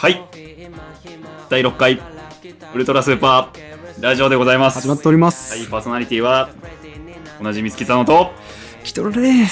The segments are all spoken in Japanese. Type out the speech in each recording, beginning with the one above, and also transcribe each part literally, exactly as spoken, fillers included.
はい、だいろっかいウルトラスーパーラジオでございます。 始まっております。 はい、パーソナリティはおなじみ月佐野とキトロです。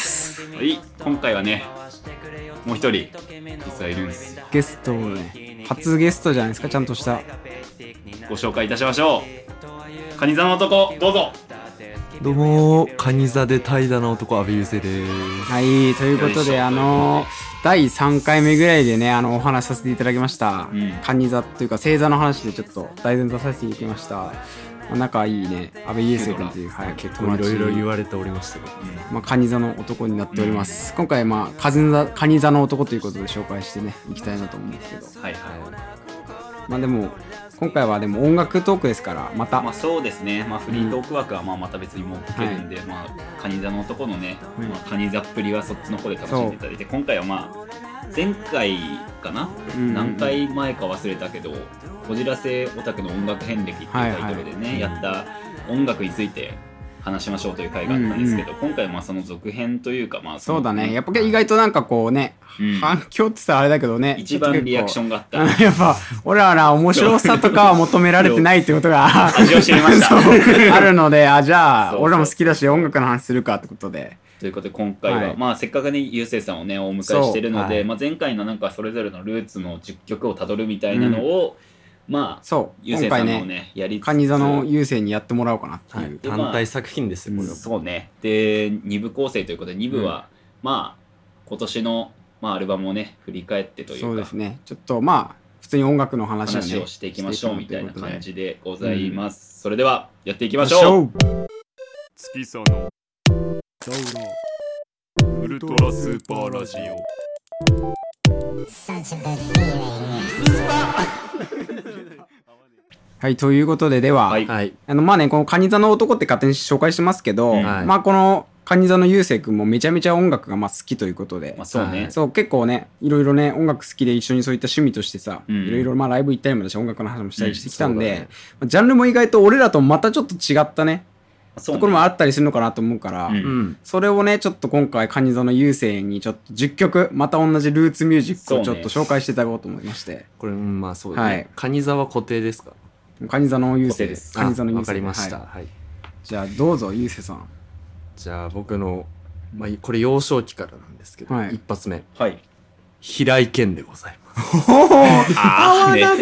はい、今回はねもう一人実はいるんです。 ゲストね、初ゲストじゃないですか。ちゃんとしたご紹介いたしましょう。カニ座の男、どうぞ。 どうもカニ座で怠惰な男阿部雄生です。 はい、ということであのだいさんかいめぐらいでねあのお話しさせていただきました、うん、カニ座というか星座の話でちょっと大前出させていただきました。まあ、仲いいね阿部雄生君という、はい、 結構いろいろ言われておりましたけど、 うんまあ、カニ座の男になっております、うん、今回まあカニ座、カニ座の男ということで紹介してねいきたいなと思うんですけど、はいはい、まあでも今回はでも音楽トークですからまた、 まあ、そうですね、まあ、フリートーク枠はまあまた別に設けるんで、うんまあ、カニ座の男のね、うんまあ、カニ座っぷりはそっちの方で楽しんでいただいて、今回はまあ前回かな、うんうんうん、何回前か忘れたけどこじらせオタクの音楽遍歴っていうタイトルでね、はいはい、やった音楽について話しましょうという回があったんですけど、うんうん、今回はまあその続編というかまあそそうだねやっぱ意外となんかこうね、うん、反響って言ったらあれだけどね一番リアクションがあったやっぱ俺らな面白さとかは求められてないってことが味を知りましたあるのであじゃあそうそう俺らも好きだし音楽の話するかってことでということで今回は、はい、まあせっかくねゆうせいさんをねお迎えしてるので、はいまあ、前回のなんかそれぞれのルーツのじゅっきょくをたどるみたいなのを、うん、まあそうゆうせいさんもねやりつつカニ座のゆうせいにやってもらおうかなっていう、 はい、単体作品ですよ、 まあ、そうねでにぶ構成ということでにぶは、うん、まあ今年の、まあ、アルバムをね振り返ってというかそうですねちょっとまあ普通に音楽の話を、ね、 話をしていきましょうみたいな感じでございます、うん、それではやっていきましょう。 月佐野ウルトラスーパーラジオはいということででは、はい、あのまあねこのカニ座の男って勝手に紹介してますけど、はい、まあこのカニ座のゆうせいくんもめちゃめちゃ音楽がまあ好きということで、 まあ、そうねそう結構ねいろいろね音楽好きで一緒にそういった趣味としてさ、うん、いろいろまあライブ行ったりもだし音楽の話もしたりしてきたんで、うんね、ジャンルも意外と俺らとまたちょっと違ったねところもあったりするのかなと思うから、うん、それをねちょっと今回カニ座のゆうせいにちょっとじゅっきょくまた同じルーツミュージックをちょっと紹介していただこうと思いまして、ね、 これ、うん、まあそうですね、はい、カニ座は固定ですか？ カニ座のゆうせいです。 カニ座のゆうせいわかりました、はいはい、じゃあどうぞゆうせいさん。 じゃあ僕の、まあ、これ幼少期からなんですけど、はい、一発目、 はい、 平井堅でございます。 あーね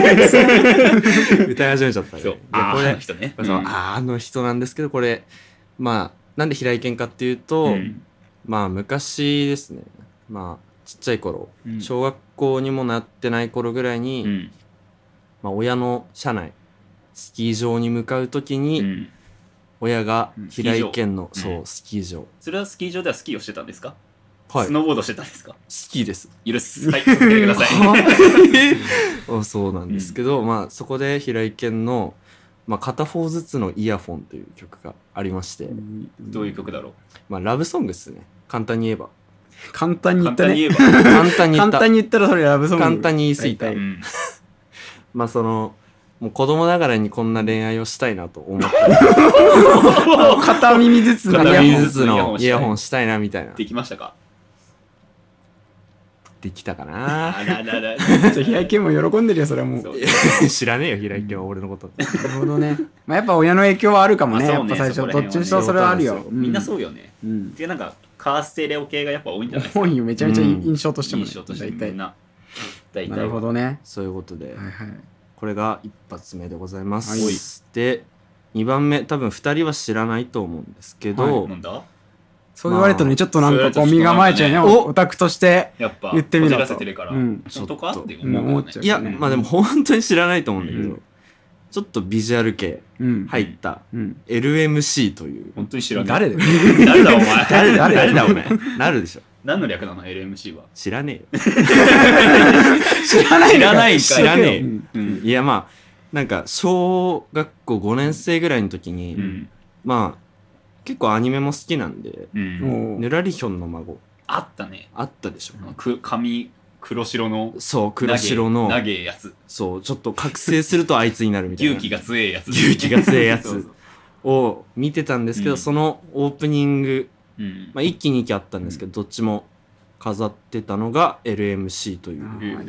歌い始めちゃったね。 そうあーあの人ね、 そう、うん、あの人なんですけどこれまあなんで平井堅かっていうと、うん、まあ昔ですねまあちっちゃい頃、うん、小学校にもなってない頃ぐらいに、うんまあ、親の車内スキー場に向かうときに、うん、親が平井堅の、うん、そうスキー場、 それはスキー場ではスキーをしてたんですか？ はい、 スノーボードしてたんですか？ スキーです。 許す。はい、続けてください。 そうなんですけど、うん、まあそこで平井堅の、まあ、片方ずつのイヤフォンという曲がありまして、うん、 どういう曲だろう？ まあラブソングですね。簡単に言えば。 簡単に言ったね。 簡単に言った。 簡単に言ったらそれラブソング。 簡単に言い過ぎた。うん、まあそのもう子供ながらにこんな恋愛をしたいなと思った。 片耳ずつの片耳ずつのイヤホンしたいなみたいな。 できましたか？ できたかな。 あららら平井堅も喜んでるよそれはもう。 知らねえよ平井堅は俺のこと。 なるほどね。まあやっぱ親の影響はあるかもね。やっぱ最初どっちにしろそれはあるよ。 みんなそうよね。うん。でなんかカーステレオ系がやっぱ多いんじゃないですか。 多いよめちゃめちゃ印象としても。 印象としてみんな。 なるほどね。 そういうことで。これが一発目でございます。でにばんめ多分ふたりは知らないと思うんですけど。 なんだ？ そう言われたのにちょっとなんかこう身構えちゃうね、まあ、オタクとして言ってみろと。 やっぱこじらせてるから、うん、ちょっとかって思っちゃう、 ね、いやまあでも本当に知らないと思うんだけど、うん、ちょっとビジュアル系入った エルエムシー という、 本当に知らない。 誰だよ誰だお前誰だ誰だお前なるでしょ。 何の略なの エルエムシー は。 知らねえよ知らない知らない知らねえよ、うん、いやまあなんか小学校ごねん生ぐらいの時に、うん、まあ結構アニメも好きなんで、うん、ぬらりひょんの孫あったね。 あったでしょ。 く髪黒白のそう黒白の長えやつ、 そうちょっと覚醒するとあいつになるみたいな勇気が強えやつ勇気が強えやつを見てたんですけど、うん、そのオープニング、うんまあ、いっきにいきあったんですけど、うん、どっちも飾ってたのが エルエムシー という。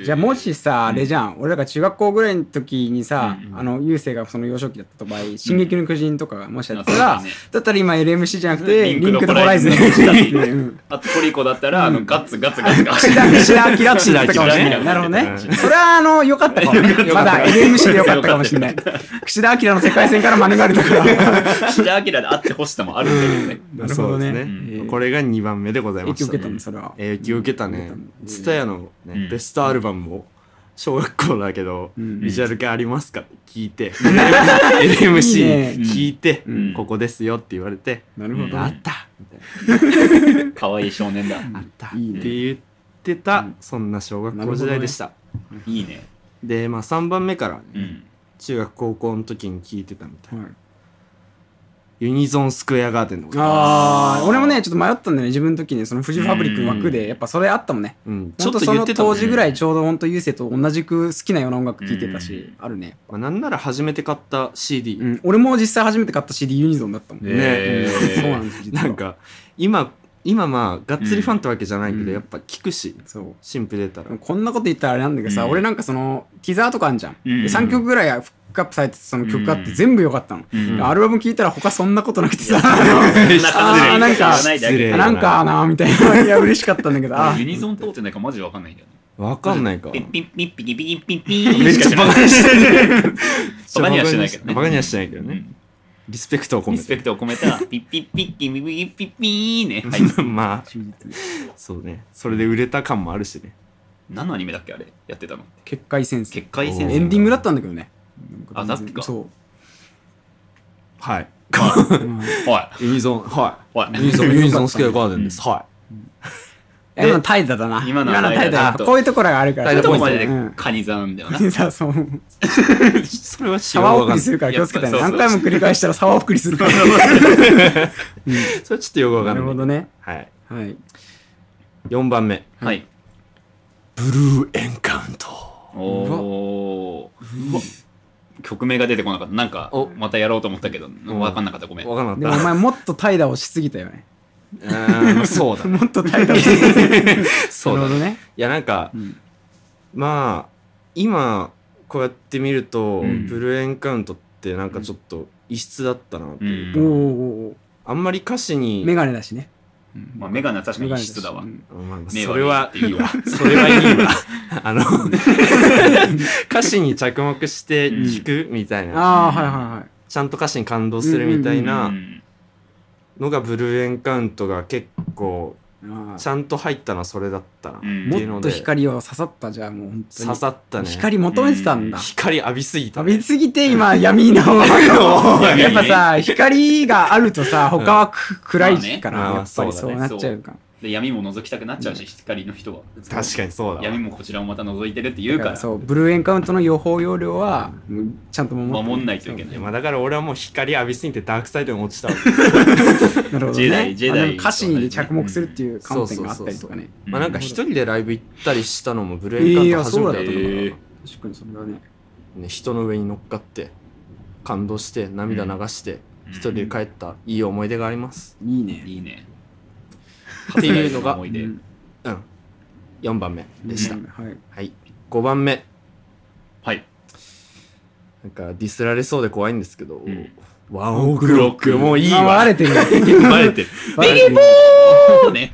じゃあもしさ、あれじゃん、俺らが中学校ぐらいの時にさ、うん、あの、優勢がその幼少期だった場合、進撃の巨人とかがもしやったら、うん、だったら今 エルエムシー じゃなくて、リンクドホライズンあとトリコだったら、あの、ガッツガツガツガツ。 串田明って言ったかもしれない。なるほどね。それはあの、良かったかもね。まだ エルエムシー で良かったかもしれない。串田明の世界線から免れたから。 串田明であってほしさもあるんだけどね。 なるほどね。 これがにばんめでございました。 影響受けたの、それは。 影響受けたね。ツタヤのベストアルバムを、小学校だけど、ビジュアル系ありますかって聞いて、エルエムシー 聞いて、ここですよって言われて、 なるほど。 あったみたいな。 かわいい少年だ。 あったって言ってた、そんな小学校時代でした。 いいね。 で、まあさんばんめから中学高校の時に聞いてたみたいな。ユニゾンスクエアガーデンのこと。 ああ、俺もね、ちょっと迷ったんだよね、自分の時に。そのフジファブリックの枠で、やっぱそれあったもんね。うん。ちょっとその当時ぐらいちょうどほんと優勢と同じく好きなような音楽聴いてたし、あるね。 まあ、なんなら初めて買った シーディー。 うん。俺も実際初めて買った シーディー ユニゾンだったもんね。 ね。そうなんです、実は。なんか、今、今まあ、がっつりファンってわけじゃないけど、やっぱ聞くし、新譜出たら。 こんなこと言ったらあれなんだけどさ、俺なんかその、ティザーとかあんじゃん。さんきょくぐらいフックアップされてその曲があって全部良かったの。アルバム聴いたら他そんなことなくてさ、あなんか、なんかなみたいな。いや、嬉しかったんだけど。 ユニゾン通ってないかマジわかんないんだよね。 わかんないか。 ピッピッピッピッピッピッピッめっちゃバカにしてる。 バカにはしてないけどね。 バカにはしてないけどね。リスペクトを込めて。 リスペクトを込めた、ピッピッピッピッピッピッピッピーね。はい。 まあ、そうね。それで売れた感もあるしね。 何のアニメだっけあれやってたの？ 結界戦争。 結界戦争。 エンディングだったんだけどね。 あ、だっけか。 そう。 はい。 はい。 ユニゾン、はい。 はい。 ユニゾン、ユニゾンスクエアガーデンです。はい。 今の怠惰だな。 今の怠惰だ。こういうところがあるから。 そういうとこまででカニザなんだよな。 そう。 それは沢送りするから気をつけてね。何回も繰り返したら沢送りするから。 それはちょっとよくわかんない。 なるほどね。 はい。 はい。 よんばんめ。 はい。 ブルーエンカウント。 おー。曲名が出てこなかった。なんか、またやろうと思ったけど、わかんなかった。ごめん。 わかんなかった。 でもお前もっと怠惰をしすぎたよね。 うん、そうだ。 もっと怠惰をしすぎた。 そうだね。いや、なんか、まあ、今、こうやって見ると、ブルーエンカウントってなんかちょっと異質だったなっていうか、あんまり歌詞に。 メガネだしね。 まあ、メガネは確かに異質だわ。 それはいいわ。それはいいわ。あの、歌詞に着目して聴くみたいな。 ああ、はいはいはい。 ちゃんと歌詞に感動するみたいなのがブルーエンカウントが結構、ちゃんと入ったのはそれだったなっていうので。 もっと光を刺さった、じゃあもう本当に。 刺さったね。 光求めてたんだ。 光浴びすぎた。 浴びすぎて今闇の。やっぱさ、光があるとさ、他は暗いから、やっぱりそうなっちゃうか。 で闇も覗きたくなっちゃうし、光の人は。 確かにそうだ。 闇もこちらをまた覗いてるって言うから。 そう、ブルーエンカウントの予報容量は、ちゃんと守んないといけない。 まあだから俺はもう光浴びすぎてダークサイドに落ちたわ。 なるほど。 ジェダイ、ジェダイ。 歌詞に着目するっていう観点があったりとかね。 まあなんか一人でライブ行ったりしたのもブルーエンカウント初めてだったから。 確かにそれはね。 ね、人の上に乗っかって、感動して、涙流して、一人で帰ったいい思い出があります。 いいね。 いいね。 っていうのが、 うん、 よんばんめでした。 はい。 はい。ごばんめ。 はい。 なんかディスられそうで怖いんですけど、ワンオクロックもういいわ。 バレてる。 バレてる。 ビギボーね。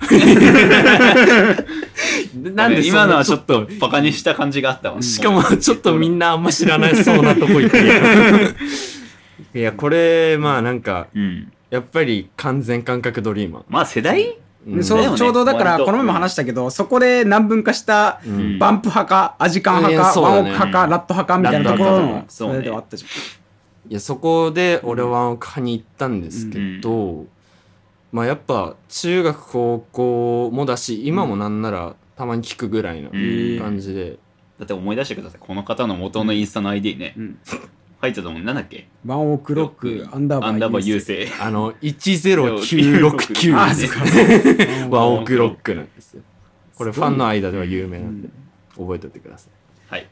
なんで今のはちょっとバカにした感じがあったわ。 しかもちょっとみんなあんま知らないそうなとこ行っていや、これ、まあなんか、やっぱり完全感覚ドリーマー。 まあ世代うん、そうちょうどだからこの前も話したけど、そこで何分かしたバンプ派かアジカン派かワンオク派かラット派かみたいなところのそれではあったじゃん。 いやそこで俺はワンオク派に行ったんですけど、まあやっぱ中学高校もだし今もなんならたまに聞くぐらいの感じで、 だって思い出してください、この方の元のインスタの アイディー ね、入ってたもん、なんだっけ、 ワンオクロックアンダーバー優勢、 あのいちゼロきゅうろくきゅうワンオクロックなんですよ。これファンの間では有名なんで覚えておいてください。 はい。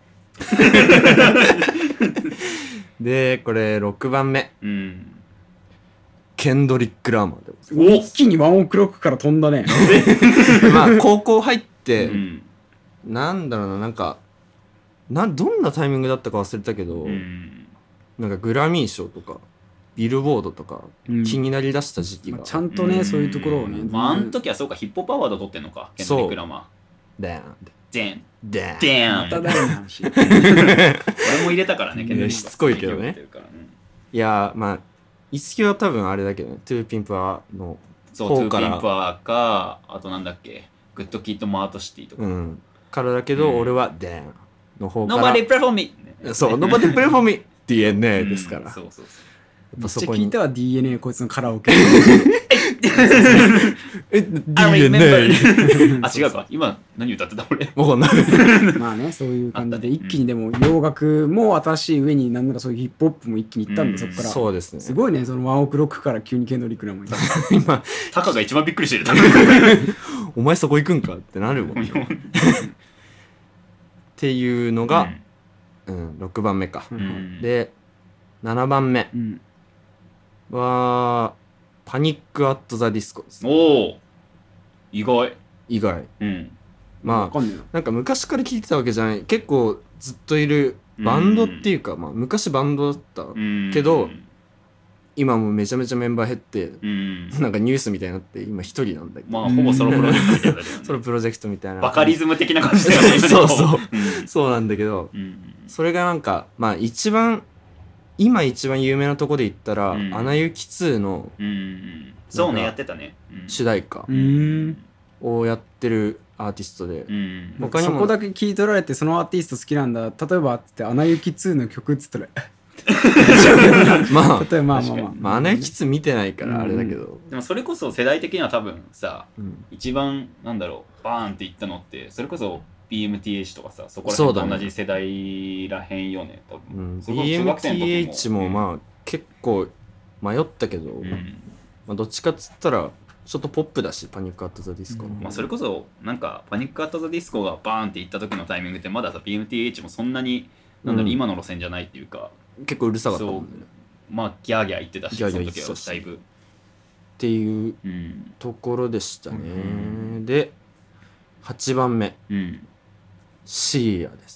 でこれろくばんめ、 うん、 ケンドリック・ラーマーでございます。一気にワンオクロックから飛んだね。 まあ高校入って、 うん、 なんだろうな、なんかなどんなタイミングだったか忘れたけど、うん、なんかグラミー賞とかビルボードとか気になりだした時期が、うんまあ、ちゃんとね、うん、そういうところをね、 まあ、あの時はそうかヒップホップアワード取ってんのかケンドリック・ラマーダーンデンデンデンまたダメな話俺も入れたからねケンドリックしつこいけどね、うん、いやまあイスキは多分あれだけどねトゥーピンプアのそうトゥーピンプアかあとなんだっけグッドキッドマートシティとか、 うん、からだけど、うん、俺はデンの方から Nobody play for me そう Nobody play for me ディーエヌエー ですから、うん、 そうそうそうめっちゃ聞いたわ ディーエヌエー こいつのカラオケえ ディーエヌエーあ違うか今何歌ってた俺わかんないまあねそういう感じで一気にでも洋楽も新しい上になんならそういうヒップホップも一気にいったんで、うん、そこからそうですねすごいねそのワンオクロックから急にケンドリック・ラマー今タカが一番びっくりしてるお前そこ行くんかってなるもんっていうのが、うんうん、ろくばんめか、うん、でななばんめは、うん、パニック・アット・ザ・ディスコです、 ね、おお意外意外、 うん、 まあ な, なんか昔から聞いてたわけじゃない結構ずっといるバンドっていうか、うんまあ、昔バンドだったけど、うん、今もめちゃめちゃメンバー減って、うん、なんかニュースみたいになって今一人なんだけどまあほぼソロプロジェクトみたいな、ね、 ソロプロジェクトみたいなバカリズム的な感じだよねそうそう、うん、そうなんだけど、うん、それがなんかまあ一番今一番有名なとこで言ったら、うん、アナ雪ツーの、 うん、そうねやってたね、 うん、主題歌をやってるアーティストで、うん、 他にもそこだけ聞い取られてそのアーティスト好きなんだ例えばってアナ雪ツーの曲っつったらまあ例えばまあまあまあ、 まあ、アナ雪ツー見てないからあれだけど、うん、 でもそれこそ世代的には多分さ、うん、一番なんだろうバーンっていったのってそれこそビーエムティーエイチ とかさそこら辺と同じ世代らへんよね多分、うん、 ビーエムティーエイチ もまあ結構迷ったけど、うんまあ、どっちかっつったらちょっとポップだしパニックアットザディスコ、うんまあ、それこそなんかパニックアットザディスコがバーンっていった時のタイミングってまださ ビーエムティーエイチ もそんなになんだろう、うん、今の路線じゃないっていうか結構うるさかったもんねまあギャーギャー言ってたしギャーギャー言ってたしその時はだいぶっていうところでしたね、うん、ではちばんめ、うん、シーアです。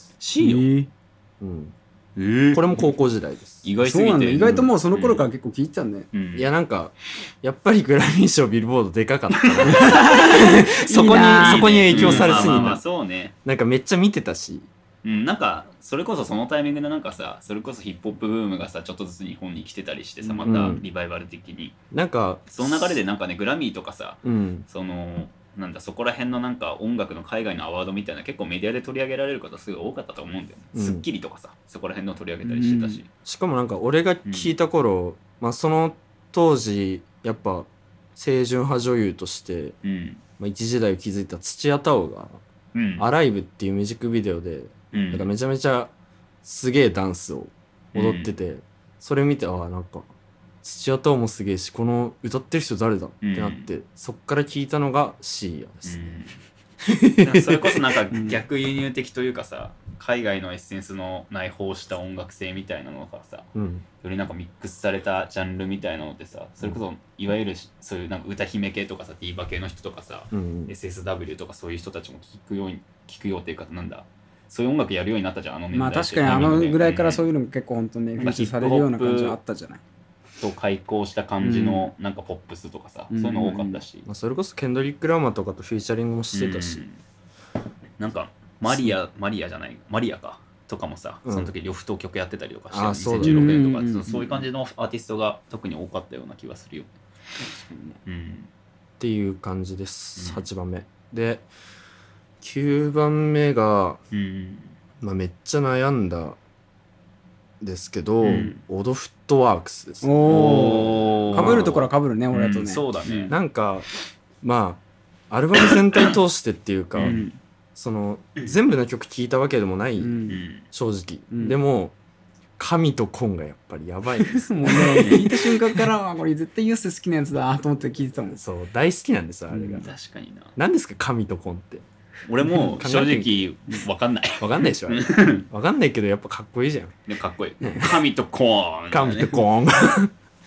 シーア、 うんえー、これも高校時代です。 意外すぎてそうなんだ意外ともうその頃から結構聞いてたんだよ、 うん、いやなんかやっぱりグラミー賞ビルボードでかかったなそこにそこに影響されすぎた、うんまあまあまあそうね、なんかめっちゃ見てたし、 うん、なんかそれこそそのタイミングでなんかさそれこそヒップホップブームがさちょっとずつ日本に来てたりしてさまたリバイバル的に、 うん、なんかその流れでなんかねグラミーとかさ、 うん、 そのなんだそこら辺のなんか音楽の海外のアワードみたいな結構メディアで取り上げられる方すごい多かったと思うんだよね、うん、スッキリとかさそこら辺の取り上げたりしてたし、うん、 しかもなんか俺が聞いた頃、うんまあ、その当時やっぱ清純派女優として、 うんまあ、一時代を築いた土屋太鳳が、うん、アライブっていうミュージックビデオで、うん、なんかめちゃめちゃすげえダンスを踊ってて、うん、それ見てああなんか土屋太鳳もすげえしこの歌ってる人誰だってなって、うん、そっから聞いたのがシーアですね、 うん、それこそなんか逆輸入的というかさ海外のエッセンスの内包した音楽性みたいなのがさ、 うん、よりなんかミックスされたジャンルみたいなのってさそれこそいわゆるそういうなんか歌姫系とかさディーバ系の人とかさ、 うん、 エスエスダブリュー とかそういう人たちも聞くように聞くようっていうかなんだそういう音楽やるようになったじゃんあの年代まあ確かにあのぐらいからそういうのも結構本当にフィーチャーされるような感じはあったじゃないと開口した感じのなんかポップスとかさ、うん、そういうの多かったし、 まあ、それこそケンドリック・ラマーとかとフィーチャリングもしてたし、 うん、なんかマリアマリアじゃないマリアかとかもさ、うん、その時呂布と曲やってたりとかして、 そうにせんじゅうろくねんとか、うんうん、そういう感じのアーティストが特に多かったような気がするよ、うん、 っていう感じです、うん、はちばんめできゅうばんめが、 うんまあ、めっちゃ悩んだですけど、うん、オドフットワークスです、ね、 おかぶるところはかぶるね俺だとね、うん、 そうだねなんかまあアルバム全体通してっていうか、うん、その全部の曲聴いたわけでもない、うん、正直、うん、でも神とコンがやっぱりやばいですもうね聞いた瞬間からこれ絶対ユース好きなやつだと思って聞いてたもんそう大好きなんですあれが、 うん、確かにな何ですか神とコンって俺も正直分かんない分かんないでしょ分かんないけどやっぱかっこいいじゃんでかっこいい神とコーン、 ね、神とコーン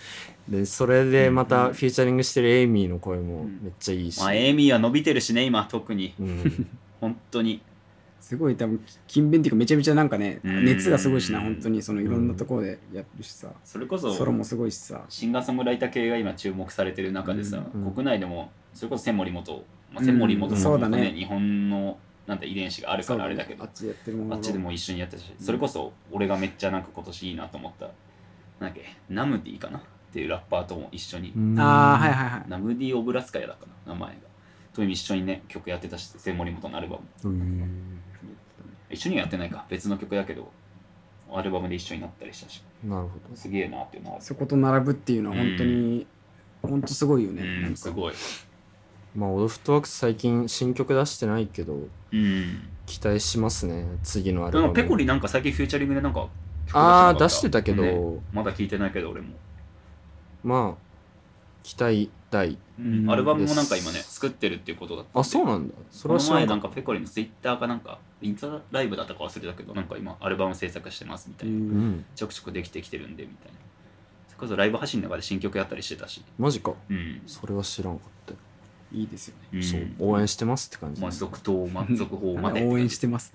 でそれでまたフィーチャリングしてるエイミーの声もめっちゃいいし、 うんまあ、エイミーは伸びてるしね今特に、うん、本当にすごい多分勤勉っていうかめちゃめちゃなんかね熱がすごいしな本当にそのいろんなところでやってるしさ、 それこそソロもすごいしさシンガーソングライター系が今注目されてる中でさ、うん、国内でもそれこそ千森本、まあ、千森本も、ねうんね、日本のなんて遺伝子があるからあれだけど、 あっちでやってるものあっちでも一緒にやってたし、それこそ俺がめっちゃなんか今年いいなと思ったなんだっけナムディかなっていうラッパーとも一緒に、 ああはいはいはいナムディオブラスカヤだかな名前がと一緒にね曲やってたし千森本のアルバム、うん一緒にはやってないか別の曲だけどアルバムで一緒になったりしたし、 なるほどすげえなっていうのはそこと並ぶっていうのは本当に、うん、本当すごいよね、 うん、なんかすごい。 まあオドフットワークス最近新曲出してないけど、うん、期待しますね次のアルバム。 ペコリなんか最近フューチャリングでなんかああ出してたけど、 ね、まだ聞いてないけど俺もまあ期待大、 うん、アルバムもなんか今ね作ってるっていうことだったんで。 あそうなんだ。 それは知らなかった。この前なんかペコリのツイッターかなんかインスタライブだったか忘れたけどなんか今アルバム制作してますみたいな、うん、ちょくちょくできてきてるんでみたいな。それこそライブ配信の中で新曲やったりしてたし。 マジか、 うん、 それは知らんかったよ。 いいですよね、 うん、そう応援してますって感じ、 まあ、続投満足法まで応援してます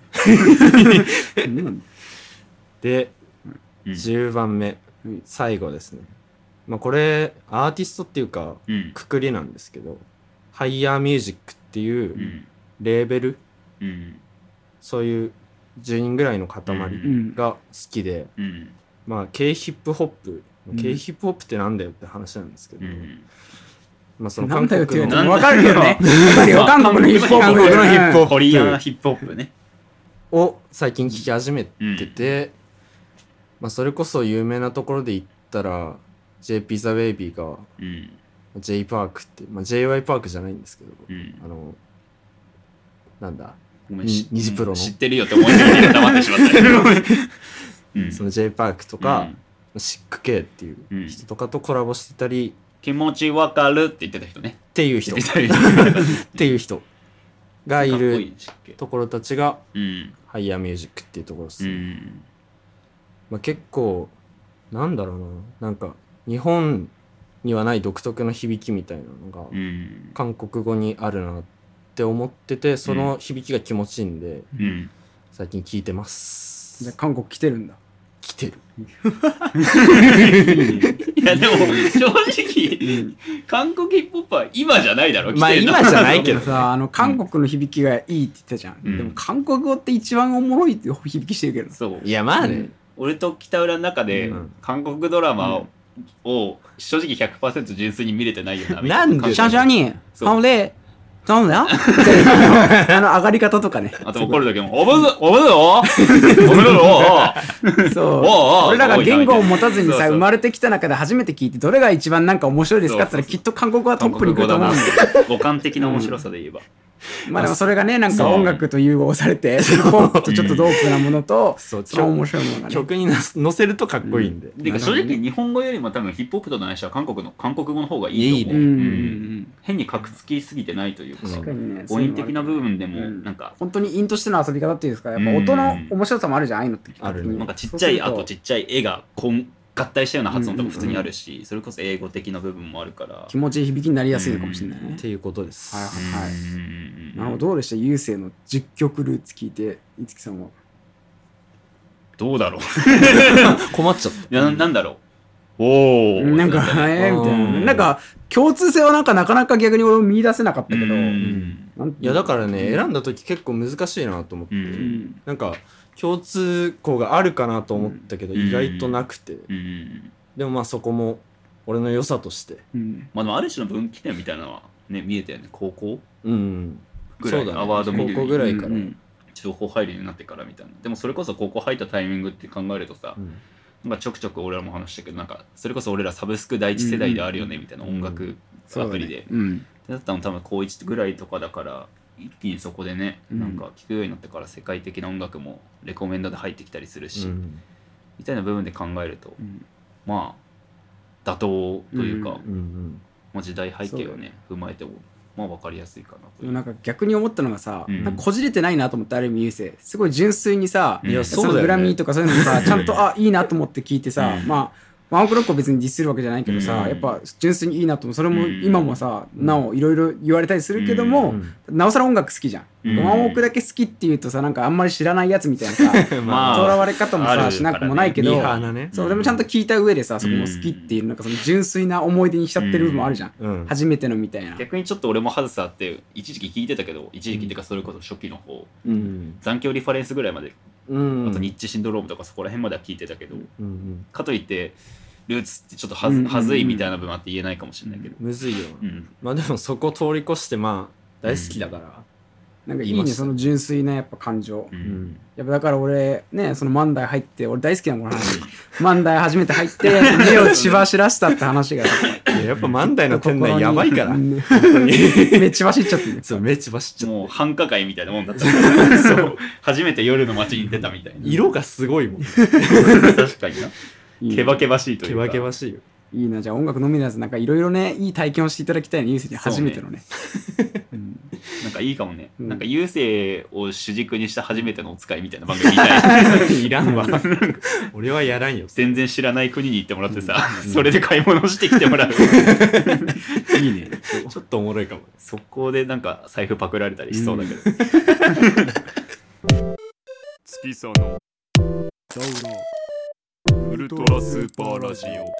で、うん、じゅうばんめ、うん、最後ですね。まあこれアーティストっていうか、うん、くくりなんですけどハイヤーミュージックっていうレーベル、うん、そういうじゅうにんぐらいの塊が好きで、うん、まあ K ヒップホップ、うん、K ヒップホップってなんだよって話なんですけど、うんまあその韓国の分かるけどね韓国のヒップホップのヒップホップコリアンヒップホップねを最近聴き始めてて、うんまあ、それこそ有名なところで言ったら ジェイピー ザ・ベイビーが、うん、J パークって、まあ、ジェイワイ パークじゃないんですけど、うん、あのなんだニジプロの知ってるよって思いながら黙ってしまった、 うん、その J パークとか、うん、シック K っていう人とかとコラボしてたり、 気持ちわかるって言ってた人ねっていう人っていう人がいるところたちが、うん、ハイヤーミュージックっていうところです、うんまあ、結構なんだろうななんか日本にはない独特の響きみたいなのが、うん、韓国語にあるなって思っててその響きが気持ちいいんで、うん、最近聞いてます。 じゃあ韓国来てるんだ。 来てるいやでも正直、うん、韓国ヒップホップは今じゃないだろ。 まあ今じゃないけどさあの韓国の響きがいいって言ったじゃん、うん、でも韓国語って一番おもろいって響きしてるけど。 そういやまあね、うん、 俺と北浦の中で、うん、韓国ドラマを、うん、を正直 ひゃくパーセント 純粋に見れてないよな。 なんでシャンシャンに顔でなんだあの上がり方とかね。 あと怒る時もおぶずおぶずおおぶずおそう俺らが言語を持たずにさ生まれてきた中で初めて聞いてどれが一番なんか面白いですかって言ったらきっと韓国語はトップに来ると思うんだよ。 五感的な面白さで言えば、 うん、まあでもそれがねなんか音楽と融合されてヒップホップとちょっとドープなものとその面白いものがね曲に乗せるとかっこいいんで、 うん、で正直日本語よりも多分ヒップホップとの相性は韓国の韓国語の方がいいと思う。いいね、うんうん、変にかくつきすぎてないというか、確かにね、母音的な部分でもなんか、 うん、本当に韻としての遊び方っていうんですかやっぱ音の面白さもあるじゃん、ああいうのってあるね。 なんかちっちゃいあとちっちゃい絵がこん合体したような発音とか普通にあるし、うんうんうん、それこそ英語的な部分もあるから気持ちいい響きになりやすいのかもしれないね、うん、 っていうことです。 はいはい、うん、なるほど。どうでしたゆうせいのじゅっきょくルーツ聞いていつきさんは。 どうだろう困っちゃった。 な, なんだろうおーなんかえーみたいななんか共通性はなんかなかなか逆に俺も見出せなかったけど、うん、 いやだからね、うん、選んだ時結構難しいなと思って、うん、なんか共通項があるかなと思ったけど、うん、意外となくて、うん、でもまあそこも俺の良さとして、 うん、まあでもある種の分岐点みたいなのはね見えたよね。高校うんぐらい、そうだね、アワード見る高校ぐらいから、うん、 情報入るようになってからみたいな。でもそれこそ高校入ったタイミングって考えるとさ、うんなんかちょくちょく俺らも話したけどなんかそれこそ俺らサブスク第一世代であるよねみたいな音楽アプリで、うんうん、だったの多分高いちぐらいとかだから一気にそこでね、うん、なんか聴くようになってから世界的な音楽もレコメンドで入ってきたりするし、うん、みたいな部分で考えると、うん、まあ妥当というか、うんうん、まあ、時代背景をね踏まえてもまあ分かりやすいかなという。 なんか逆に思ったのがさ、うん、なんかこじれてないなと思ってある意味優勢すごい純粋にさ、 いやそうだよね、 そのグラミーとかそういうのもさちゃんとあいいなと思って聞いてさ、うん、まあワンオクロックを別にディスるわけじゃないけどさ、うん、やっぱ純粋にいいなと思う。それも今もさ、うん、なおいろいろ言われたりするけども、うん、なおさら音楽好きじゃん、うん、ワンオクだけ好きっていうとさ、なんかあんまり知らないやつみたいなさまあ、とらわれ方もさしなくもないけど、ね、そうでもちゃんと聞いた上でさ、そこも好きっていうなんかその純粋な思い出に浸ってる部分もあるじゃん、うん、初めてのみたいな。 逆にちょっと俺もハズサーって一時期聞いてたけど、一時期っていうかそれこそ初期の方、うん、残響リファレンスぐらいまで、うん、あとニッチシンドロームとかそこら辺までは聞いてたけど、うん、かといってルーツってちょっとは ず,、うんうんうん、はずいみたいな部分あって言えないかもしれないけど、 むずいよ、うん、まあでもそこ通り越してまあ大好きだから、 うん、なんかいいねその純粋なやっぱ感情、うん、やっぱだから俺ねその万代入って俺大好きなこの話万代初めて入って目を血走らせたって話がやっぱ万代の店内やばいから本当に目血走っちゃってるそう目血走っちゃってもう繁華街みたいなもんだったそう初めて夜の街に出たみたいな色がすごいもん確かにないいけばけばしいというかけばけばしいよ。 いいな。じゃあ音楽のみならずなんかいろいろねいい体験をしていただきたいね、ゆうせいに初めてのね、 うん、なんかいいかもね、うん、なんかゆうせいを主軸にした初めてのお使いみたいな番組みたいいらんわ俺はやらんよ。 全然知らない国に行ってもらってさ、うん、それで買い物してきてもらういいねちょっとおもろいかも。 そこでなんか財布パクられたりしそうだけど、 うん、月さのサウナウルトラスーパーラジオ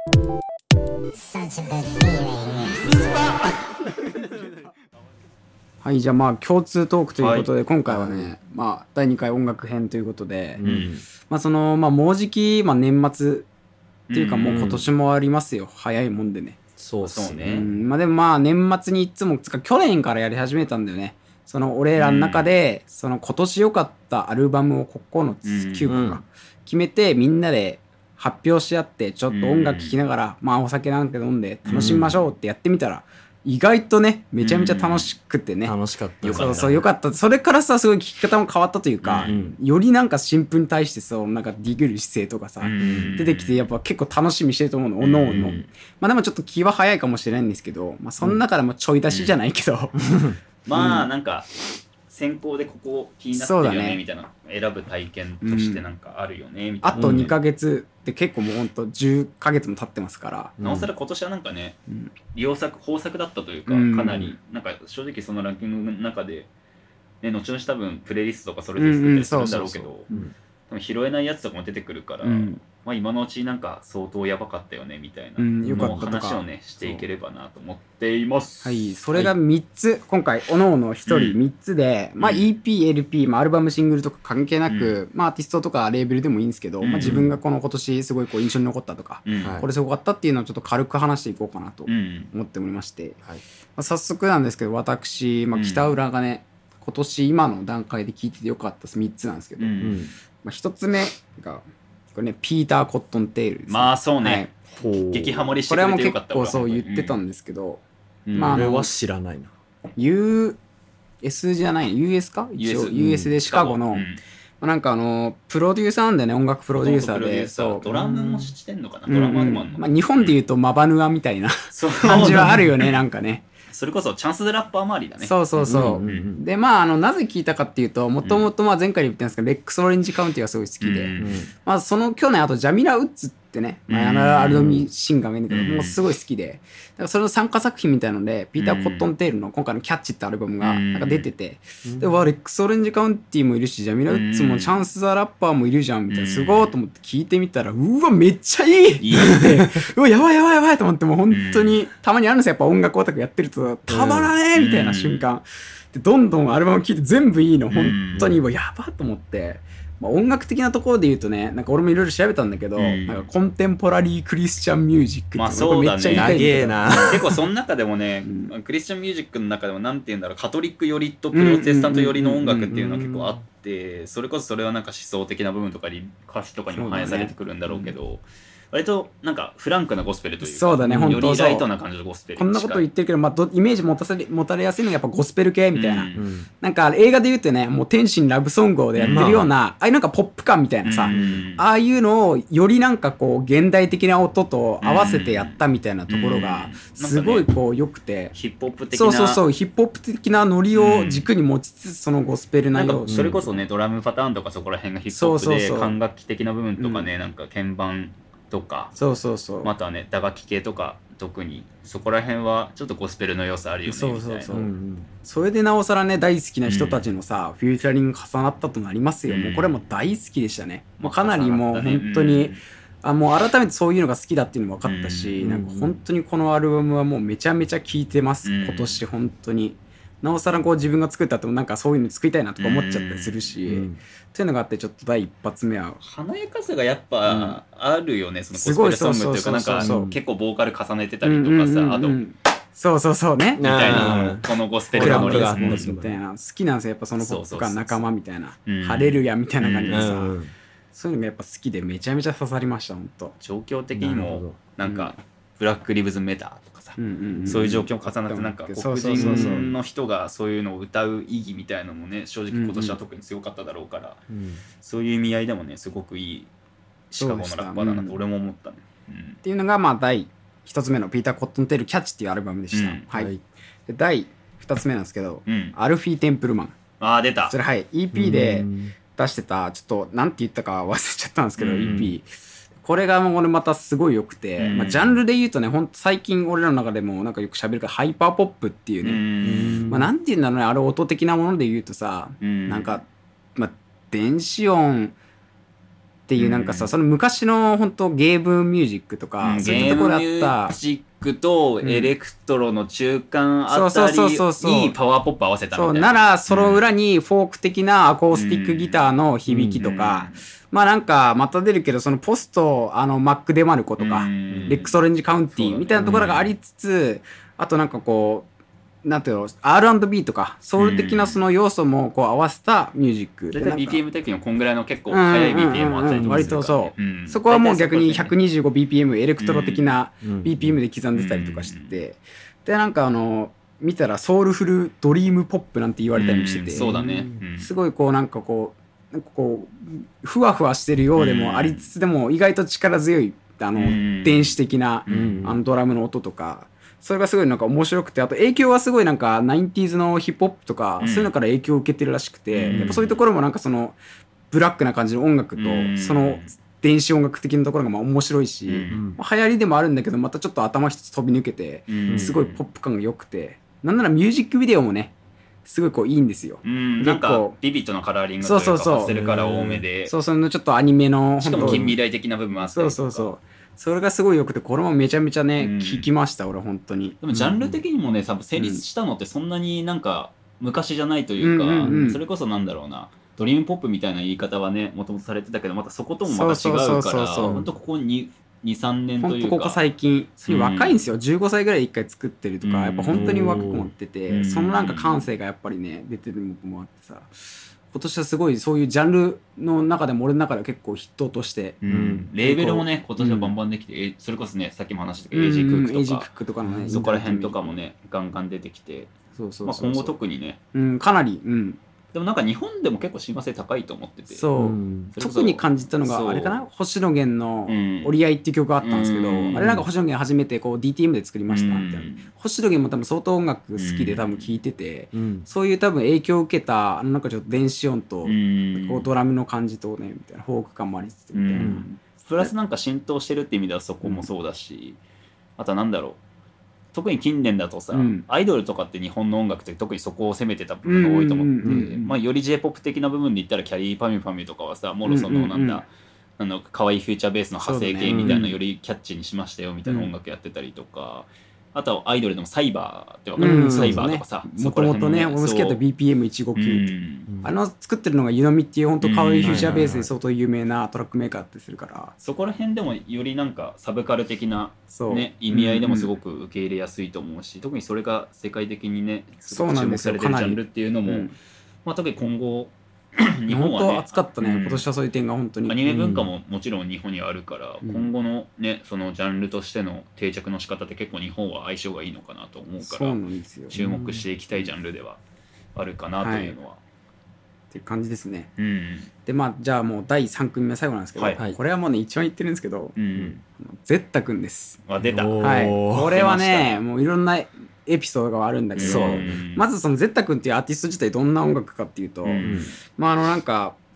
はい、じゃあまあ共通トークということで、はい、今回はね、まあ、だいにかい音楽編ということで、うん、まあそのまあもうじき、まあ、年末っていうかもう今年もありますよ、うん、早いもんでね。 そうそうね、 うん、まあでもまあ年末にいつもつか去年からやり始めたんだよね。その俺らの中で、うん、その今年良かったアルバムをここのきゅうこか決めてみんなで発表し合ってちょっと音楽聴きながら、まあお酒なんか飲んで楽しみましょうってやってみたら、意外とねめちゃめちゃ楽しくてね、 楽しかった。 そうそうよかった。それからさすごい聴き方も変わったというか、よりなんか新婦に対してさなんかディグる姿勢とかさ出てきて、やっぱ結構楽しみしてると思うの、おのおの。まあでもちょっと気は早いかもしれないんですけど、まあその中でもちょい出しじゃないけどまあなんか先行でここ気になってるよ ね, ねみたいな選ぶ体験としてなんかあるよね、うん、みたいな。 あとにかげつって結構もうほんとじゅっかげつも経ってますから、 なおさら今年はなんかね、うん、利用策豊作だったというか、うん、かなりなんか正直そのランキングの中で、ね、後々多分プレイリストとかそれで作ったりするんだろうけど、多分拾えないやつとかも出てくるから、うん、まあ、今のうちなんか相当やばかったよねみたいなのを話をねしていければなと思っています。 はい、それがみっつ、はい、今回おのおのひとりみっつで、うん、まあ イーピー、エルピー、まあ、アルバムシングルとか関係なく、うん、まあアーティストとかレーベルでもいいんですけど、うん、まあ、自分がこの今年すごいこう印象に残ったとか、うん、これすごかったっていうのをちょっと軽く話していこうかなと思っておりまして、うん、はい、まあ、早速なんですけど私、まあ、北浦がね、うん、今年今の段階で聴いててよかったみっつなんですけど、うん、まあ、ひとつめがこれね、ピーター・コットンテールです、ね、 まあそうね、はい、激ハマりしてくれてよかった。 これはもう結構そう言ってたんですけど、 うん、まあ、俺は知らないな。 ユーエス じゃない ユーエス か一応 ユーエス でシカゴの、うん、まあ、なんかあのプロデューサーなんだよね、音楽プロデューサーで、 そうドラムもしてんのかな、うん、ドラマーでもあんの、 まあ、日本でいうとマバヌアみたいな感じはあるよね、なんかね。 それこそチャンス・ザ・ラッパー周りだね。 そうそうそう、うんうんうん、でまああのなぜ聞いたかっていうと、もともと前回に言ったんですけど、レックス・オレンジ・カウンティがすごい好きで、うんうん、まあその去年あとジャミラ・ウッズってね、まあ、アルドミシンガーがいるんだけど、もうすごい好きで、だからそれの参加作品みたいのでピーター・コットンテールの今回のキャッチってアルバムがなんか出てて、でわレックス・オレンジ・カウンティもいるし、ジャミラ・ウッズもチャンス・ザ・ラッパーもいるじゃんみたいな、すごいと思って聞いてみたら、うわめっちゃいいって言ってうわやばいやばいやばいと思って、もう本当にたまにあるんですよ、やっぱ音楽オタクやってるとたまらねえみたいな瞬間で、どんどんアルバム聴いて全部いいの、本当にやばと思って。まあ、音楽的なところで言うとね、なんか俺もいろいろ調べたんだけど、うん、なんかコンテンポラリークリスチャンミュージックって、 まあそうだね、 めっちゃ言いたいんだけど、 な結構その中でもね、うん、クリスチャンミュージックの中でもなんて言うんだろう、カトリック寄りとプロテスタント寄りの音楽っていうのは結構あって、それこそそれはなんか思想的な部分とかに歌詞とかにも反映されてくるんだろうけど、割となんかフランクなゴスペルというか、 そうだね、本当よりライトな感じのゴスペル。 こんなこと言ってるけど、まあ、どイメージ持たせ持たれやすいのがやっぱゴスペル系みたいな、うん、なんか映画で言うとね、もう天心ラブソングでやってるような、うん、ああいうなんかポップ感みたいなさ、うん、ああいうのをよりなんかこう現代的な音と合わせてやったみたいなところがすごいこう良くて、うんうん、 ヒップホップ的な、 そうそうそう、ヒップホップ的なノリを軸に持ちつつ、そのゴスペル内容、 それこそね、ドラムパターンとかそこら辺がヒップホップで管楽器的な部分とかね、うん、なんか鍵盤とか、 そうそうそうまたはね打楽器系とか特にそこら辺はちょっとゴスペルの要素あるよねみたいな。 そうそうそう、 うんうん、 それでなおさらね大好きな人たちのさ、うん、フューチャリング重なったとなりますよ、うん、もうこれも大好きでしたね、もうかなりもう本当に、うん、あもう改めてそういうのが好きだっていうのも分かったし、うん、なんか本当にこのアルバムはもうめちゃめちゃ聴いてます、うん、今年本当になおさらこう自分が作った後もなんかそういうの作りたいなとか思っちゃったりするし、うん、というのがあってちょっと第一発目は華やかさがやっぱあるよね、うん、そのゴスペルソングっていうかなんか結構ボーカル重ねてたりとかさ、うんうんうんうん、あとそうそうそうねみたいなこのゴスペルのノリがみたいな好きなんですよやっぱそのポップ感仲間みたいなハレルヤみたいな感じでさ、うんうん、そういうのがやっぱ好きでめちゃめちゃ刺さりました本当。 状況的にもなんか、うん、ブラックリブズメタとかさ、うんうんうん、そういう状況も重なってなんか黒人の人がそういうのを歌う意義みたいなのもね正直今年は特に強かっただろうから、うんうん、そういう意味合いでもねすごくいいシカゴのラッパーだなと俺も思ったね、うん、 っていうのがまあ第一つ目のピーター・コットンテールキャッチっていうアルバムでした、うん、はい、で第二つ目なんですけど、うん、アルフィー・テンプルマン、 あー出たそれはい イーピー で出してたちょっとなんて言ったか忘れちゃったんですけど、うん、イーピーこれがもうこれまたすごい良くて、うんまあ、ジャンルで言うとねほんと最近俺らの中でもなんかよく喋るからハイパーポップっていうね、うんまあ、なんて言うんだろうねあれ音的なもので言うとさ、うん、なんか、まあ、電子音っていうなんかさ、うん、その昔の本当ゲームミュージックとか、うん、そういうところあったゲームミュージックとエレクトロの中間あたりにパワーポップ合わせたみたいな。 そうならその裏にフォーク的なアコースティックギターの響きとか、うん、まあなんかまた出るけどそのポストあのマック・デ・マルコとか、うん、レックス・オレンジ・カウンティみたいなところがありつつ、あとなんかこうなんていうの アールアンドビー とかソウル的なその要素もこう合わせたミュージック、 だいたい ビーピーエム 的にもこんぐらいの結構速い ビーピーエム あったりとかするから、ね、 割とそう、うん、そこはもう逆に ひゃくにじゅうごビーピーエム エレクトロ的な ビーピーエム で刻んでたりとかしてて、でなんかあの見たらソウルフルドリームポップなんて言われたりもしてて、 うん、そうだね、うん、 すごいこうなんかこうなんかこうふわふわしてるようでもありつつでも意外と力強いあの、うん、電子的な、うん、あのドラムの音とかそれがすごいなんか面白くて、あと影響はすごいなんかナインティーズのヒップホップとか、うん、そういうのから影響を受けてるらしくて、うん、やっぱそういうところもなんかそのブラックな感じの音楽と、うん、その電子音楽的なところがまあ面白いし、うんまあ、流行りでもあるんだけどまたちょっと頭一つ飛び抜けて、うん、すごいポップ感が良くて、なんならミュージックビデオもねすごいこういいんですよ、 うん、なんかビビッドなカラーリングというかパステルカラー多めで、 そうそうちょっとアニメのしかも近未来的な部分もあったりとか、 そうそうそうそれがすごい良くて、これもめちゃめちゃね、うん、聞きました俺本当に。 でもジャンル的にもね、多分成立したのってそんなになんか昔じゃないというか、うんうんうん、それこそなんだろうな、ドリームポップみたいな言い方はねもともとされてたけど、またそこともまた違うから、本当ここににさんねんというか、 本当ここ最近それ若いんですよ、うん、じゅうごさいぐらいでいっかい作ってるとか、やっぱ本当に若く持ってて、うん、そのなんか感性がやっぱりね出てるのもあってさ、今年はすごいそういうジャンルの中でも俺の中では結構筆頭として、 うん、レーベルもね今年はバンバンできて、うん、それこそねさっきも話したけど、うん、エイジークックとか、エイジークックとかのね、そこら辺とかもねガンガン出てきて、そうそうそうそう、まあ、今後特にね、 うん、かなり、うん、 でもなんか日本でも結構親和性高いと思ってて、 そう、うん、特に感じたのがあれかな、星野源の折り合いっていう曲があったんですけど、うん、あれなんか星野源初めてこう ディーティーエム で作りましたみたいな、うん、星野源も多分相当音楽好きで多分聴いてて、うん、そういう多分影響を受けたなんかちょっと電子音と、うん、こうドラムの感じとねみたいなフォーク感もありつつみたいな、うん、 プラスなんか浸透してるって意味ではそこもそうだし、うん、あとはなんだろう、特に近年だとさ、うん、アイドルとかって日本の音楽って特にそこを攻めてた部分が多いと思って、うんうんうんうん、まあ、より J-ポップ 的な部分で言ったらキャリーパミュパミュとかはさもろそのなんだ、うんうんうん、あの可愛いフューチャーベースの派生系みたいな、ね、よりキャッチーにしましたよみたいな音楽やってたりとか、うん、あとはアイドルでもサイバーってわかる、うん、サイバーとかさ、 もともとね俺も好きだった ビーピーエムひゃくごじゅうきゅう、うん、あの作ってるのが湯飲みっていう本当可愛いフューチャーベースで相当有名なトラックメーカーってするから、うん、 そこら辺でもよりなんかサブカル的な、ね、意味合いでもすごく受け入れやすいと思うし、うんうん、特にそれが世界的にねすごく注目されてるジャンルっていうのも、うん、まあ、特に今後日本はね本当熱かったね、うん、今年はそういう点が本当にアニメ文化ももちろん日本にはあるから、うん、今後のねそのジャンルとしての定着の仕方って結構日本は相性がいいのかなと思うから、 そうなんですよ、 注目していきたいジャンルではあるかなというのは、はい、 っていう感じですね、 うん、 でまあじゃあもうだいさん組目最後なんですけど、はい、これはもうね一番言ってるんですけど、うん、ゼッタくんです。 あ出た、 はい、これはねもういろんなエピソードがあるんだけど、まずそのゼッタくんっていうアーティスト自体どんな音楽かっていうと、うん、まああのなんか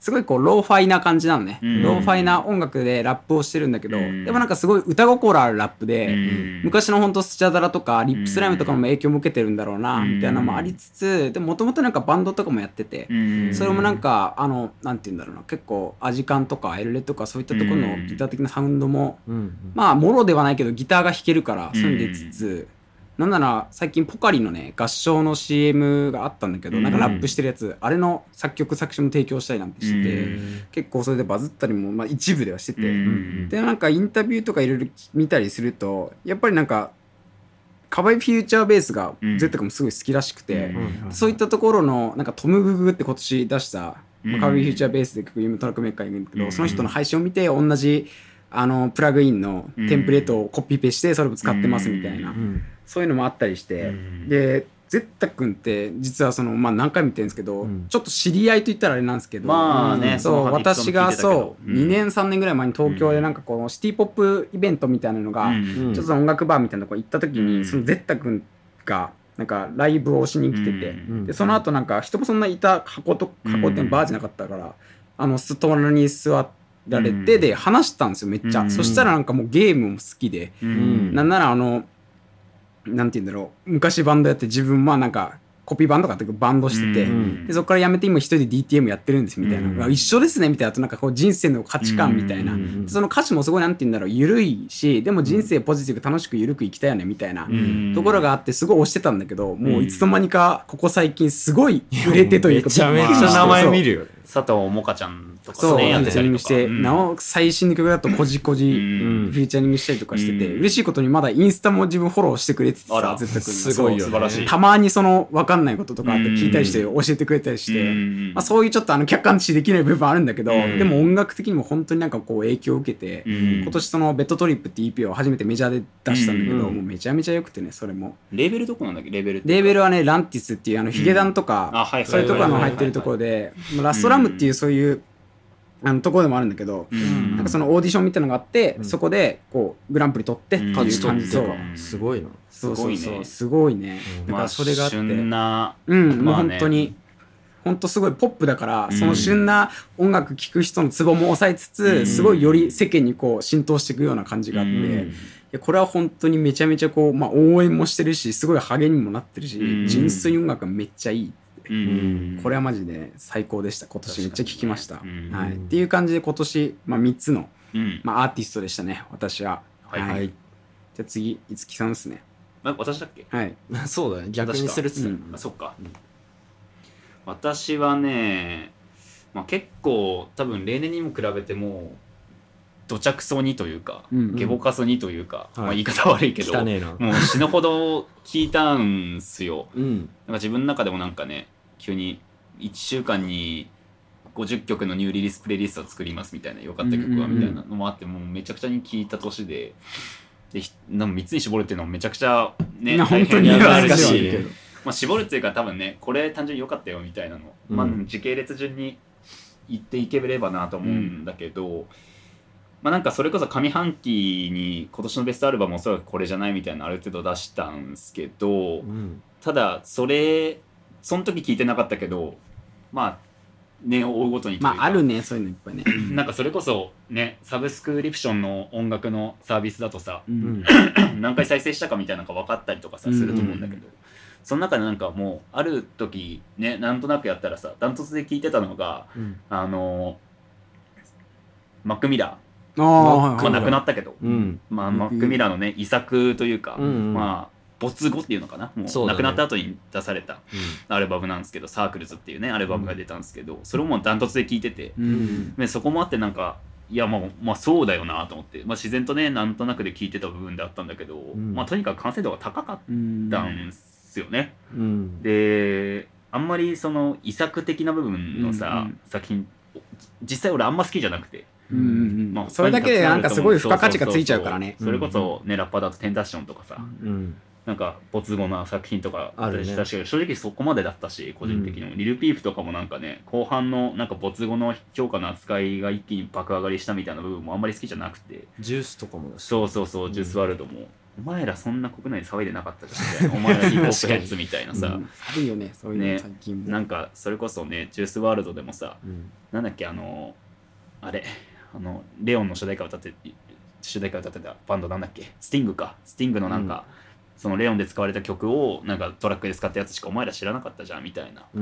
すごいこうローファイな感じなのね、うん、ローファイな音楽でラップをしてるんだけど、うん、でもなんかすごい歌心あるラップで、うん、昔のほんとスチャダラとかリップスライムとかも影響を受けてるんだろうな、うん、みたいなのもありつつ、でももともとなんかバンドとかもやってて、うん、それもなんかあのなんて言うんだろうな、結構アジカンとかエルレとかそういったところのギター的なサウンドも、うん、まあもろではないけどギターが弾けるからそういうの出つつ、なんなら最近ポカリのね合唱の シーエム があったんだけど、なんかラップしてるやつ、あれの作曲作詞も提供したりなんてして、結構それでバズったりも、まあ、一部ではしてて、でなんかインタビューとかいろいろ見たりすると、やっぱりなんかカバイフューチャーベースが Z とかもすごい好きらしくて、そういったところのなんかトム・ググって今年出した、まあ、カバイフューチャーベースで結構有名トラックメーカーいるんだけど、その人の配信を見て同じあのプラグインのテンプレートをコピペしてそれを使ってますみたいな、そういうのもあったりして、でゼッタ君って実はその、まあ、何回も言ってるんですけど、うん、ちょっと知り合いと言ったらあれなんですけど、 まあね、 そう私がそう、うん、にねんさんねんぐらい前に東京でなんかこのシティポップイベントみたいなのが、うん、ちょっと音楽バーみたいなとこ行った時に、うん、そのゼッタ君がなんかライブをしに来てて、うん、でその後なんか人もそんないた箱と箱ってバーじゃなかったから、うん、あの隣に座られて、うん、で話したんですよめっちゃ、うん、そしたらなんかもうゲームも好きで、うん、なんならあのなんて言うんだろう、昔バンドやって自分はなんかコピーバンドかってバンドしてて、うん、でそこから辞めて今一人で ディーティーエム やってるんですみたいな、うん、一緒ですねみたいな、となんかこう人生の価値観みたいな、うん、その歌詞もすごいなんて言うんだろう、緩いしでも人生ポジティブ楽しく緩く生きたいよねみたいな、うん、ところがあってすごい推してたんだけど、もういつの間にかここ最近すごい売れてというか、 めちゃめちゃ名前見るよね、 佐藤もかちゃんとかそうね、フィーチャリングして、うん、なお最新の曲だとこじこじフィーチャリングしたりとかしてて、うん、嬉しいことにまだインスタも自分フォローしてくれててさ、絶対すごいよ、ね、素晴らしい。 たまにその分かんないこととかあって聞いたりして教えてくれたりして、うん、まあ、そういうちょっとあの客観視できない部分あるんだけど、うん、でも音楽的にも本当になんかこう影響を受けて、うん、今年そのベッドトリップって イーピー を初めてメジャーで出したんだけど、うん、もうめちゃめちゃ良くてね、それもレーベルどこなんだっけ、レーベルってレーベルはねランティスっていうあのヒゲダンとか、うん、そういうところの入ってるところで、ラストラムっていうそういうあのところでもあるんだけど、うん、なんかそのオーディションみたいなのがあって、うん、そこでこうグランプリ取ってっていう感じ、うん、そうすごいな、 そうそうそう、すごいね、だからそれがあって、 旬な、 うん、もう本当に本当すごいポップだから、その旬な音楽聴く人のツボも抑えつつ、すごいより世間にこう浸透していくような感じがあって、いやこれは本当にめちゃめちゃこう、まあ、応援もしてるし、すごい励みにもなってるし、純粋に音楽がめっちゃいい。うん、これはマジで最高でした。今年めっちゃ聴きました、うんはい、っていう感じで今年、まあ、みっつの、うんまあ、アーティストでしたね私は、はいはい、じゃあ次いつきさんですね。 私だっけ。 はいそうだね、逆にするっつった、うん、 あそっか、うん、私はね、まあ、結構多分例年にも比べても土着そうにというか、うん、ゲボカそうにというか、うんまあ、言い方悪いけど、 汚ねえな、 もう死ぬほど聞いたんすよ、 うん、 なんか自分の中でもなんかね、急にいっしゅうかんにごじゅっきょくのニューリリースプレイリストを作りますみたいな、良かった曲はみたいなのもあって、もうめちゃくちゃに聴いた年で、でなんかみっつに絞るっていうのもめちゃくちゃね、 本当に難しい、 まあ、絞るっていうか多分ね、これ単純に良かったよみたいなの、うん、まあ、時系列順に言っていければなと思うんだけど、うんまあ、なんかそれこそ上半期に今年のベストアルバムもおそらくこれじゃないみたいなのある程度出したんですけど、うん、ただそれその時聞いてなかったけど、まあ年を追うごとにまああるね、そういうのいっぱいねなんかそれこそね、サブスクリプションの音楽のサービスだとさ、うん、何回再生したかみたいなのが分かったりとかさすると思うんだけど、うんうん、その中でなんかもうある時ね、なんとなくやったらさ、ダントツで聞いてたのが、うん、あのマックミラー、あ、まあ、亡くなったけど、うんまあ、マックミラーのね遺作というか、うんうん、まあ没後っていうのかな、もう亡くなった後に出されたアルバムなんですけど、サークルズっていうねアルバムが出たんですけど、それももうダントツで聴いてて、うん、でそこもあってなんかいや、まあ、まあそうだよなと思って、まあ、自然とねなんとなくで聴いてた部分であったんだけど、うん、まあとにかく完成度が高かったんですよね、うん、であんまりその遺作的な部分のさ、うんうん、作品実際俺あんま好きじゃなくて、 うんうんまあ、それだけでなんかすごい付加価値がついちゃうからね。 それこそね、ラッパーだとテンタッションとかさ、うん、なんか没後な作品とかあったりしたし、ね、正直そこまでだったし個人的にも、うん、リルピープとかもなんかね後半のなんか没後の評価の扱いが一気に爆上がりしたみたいな部分もあんまり好きじゃなくて、 ジュースとかもだし、 そうそうそう、ジュースワールドもお前らそんな国内で騒いでなかったじゃんお前らヒップホップヘッズみたいなさ、うん、 あるよねそういうの最近も、 ね、なんかそれこそねジュースワールドでもさ、うん、なんだっけあのあれあのレオンの主題歌を歌って主題歌を歌ってたバンドなんだっけスティングかスティングのなんか、うん、そのレオンで使われた曲をなんかトラックで使ったやつしかお前ら知らなかったじゃんみたいな、うん、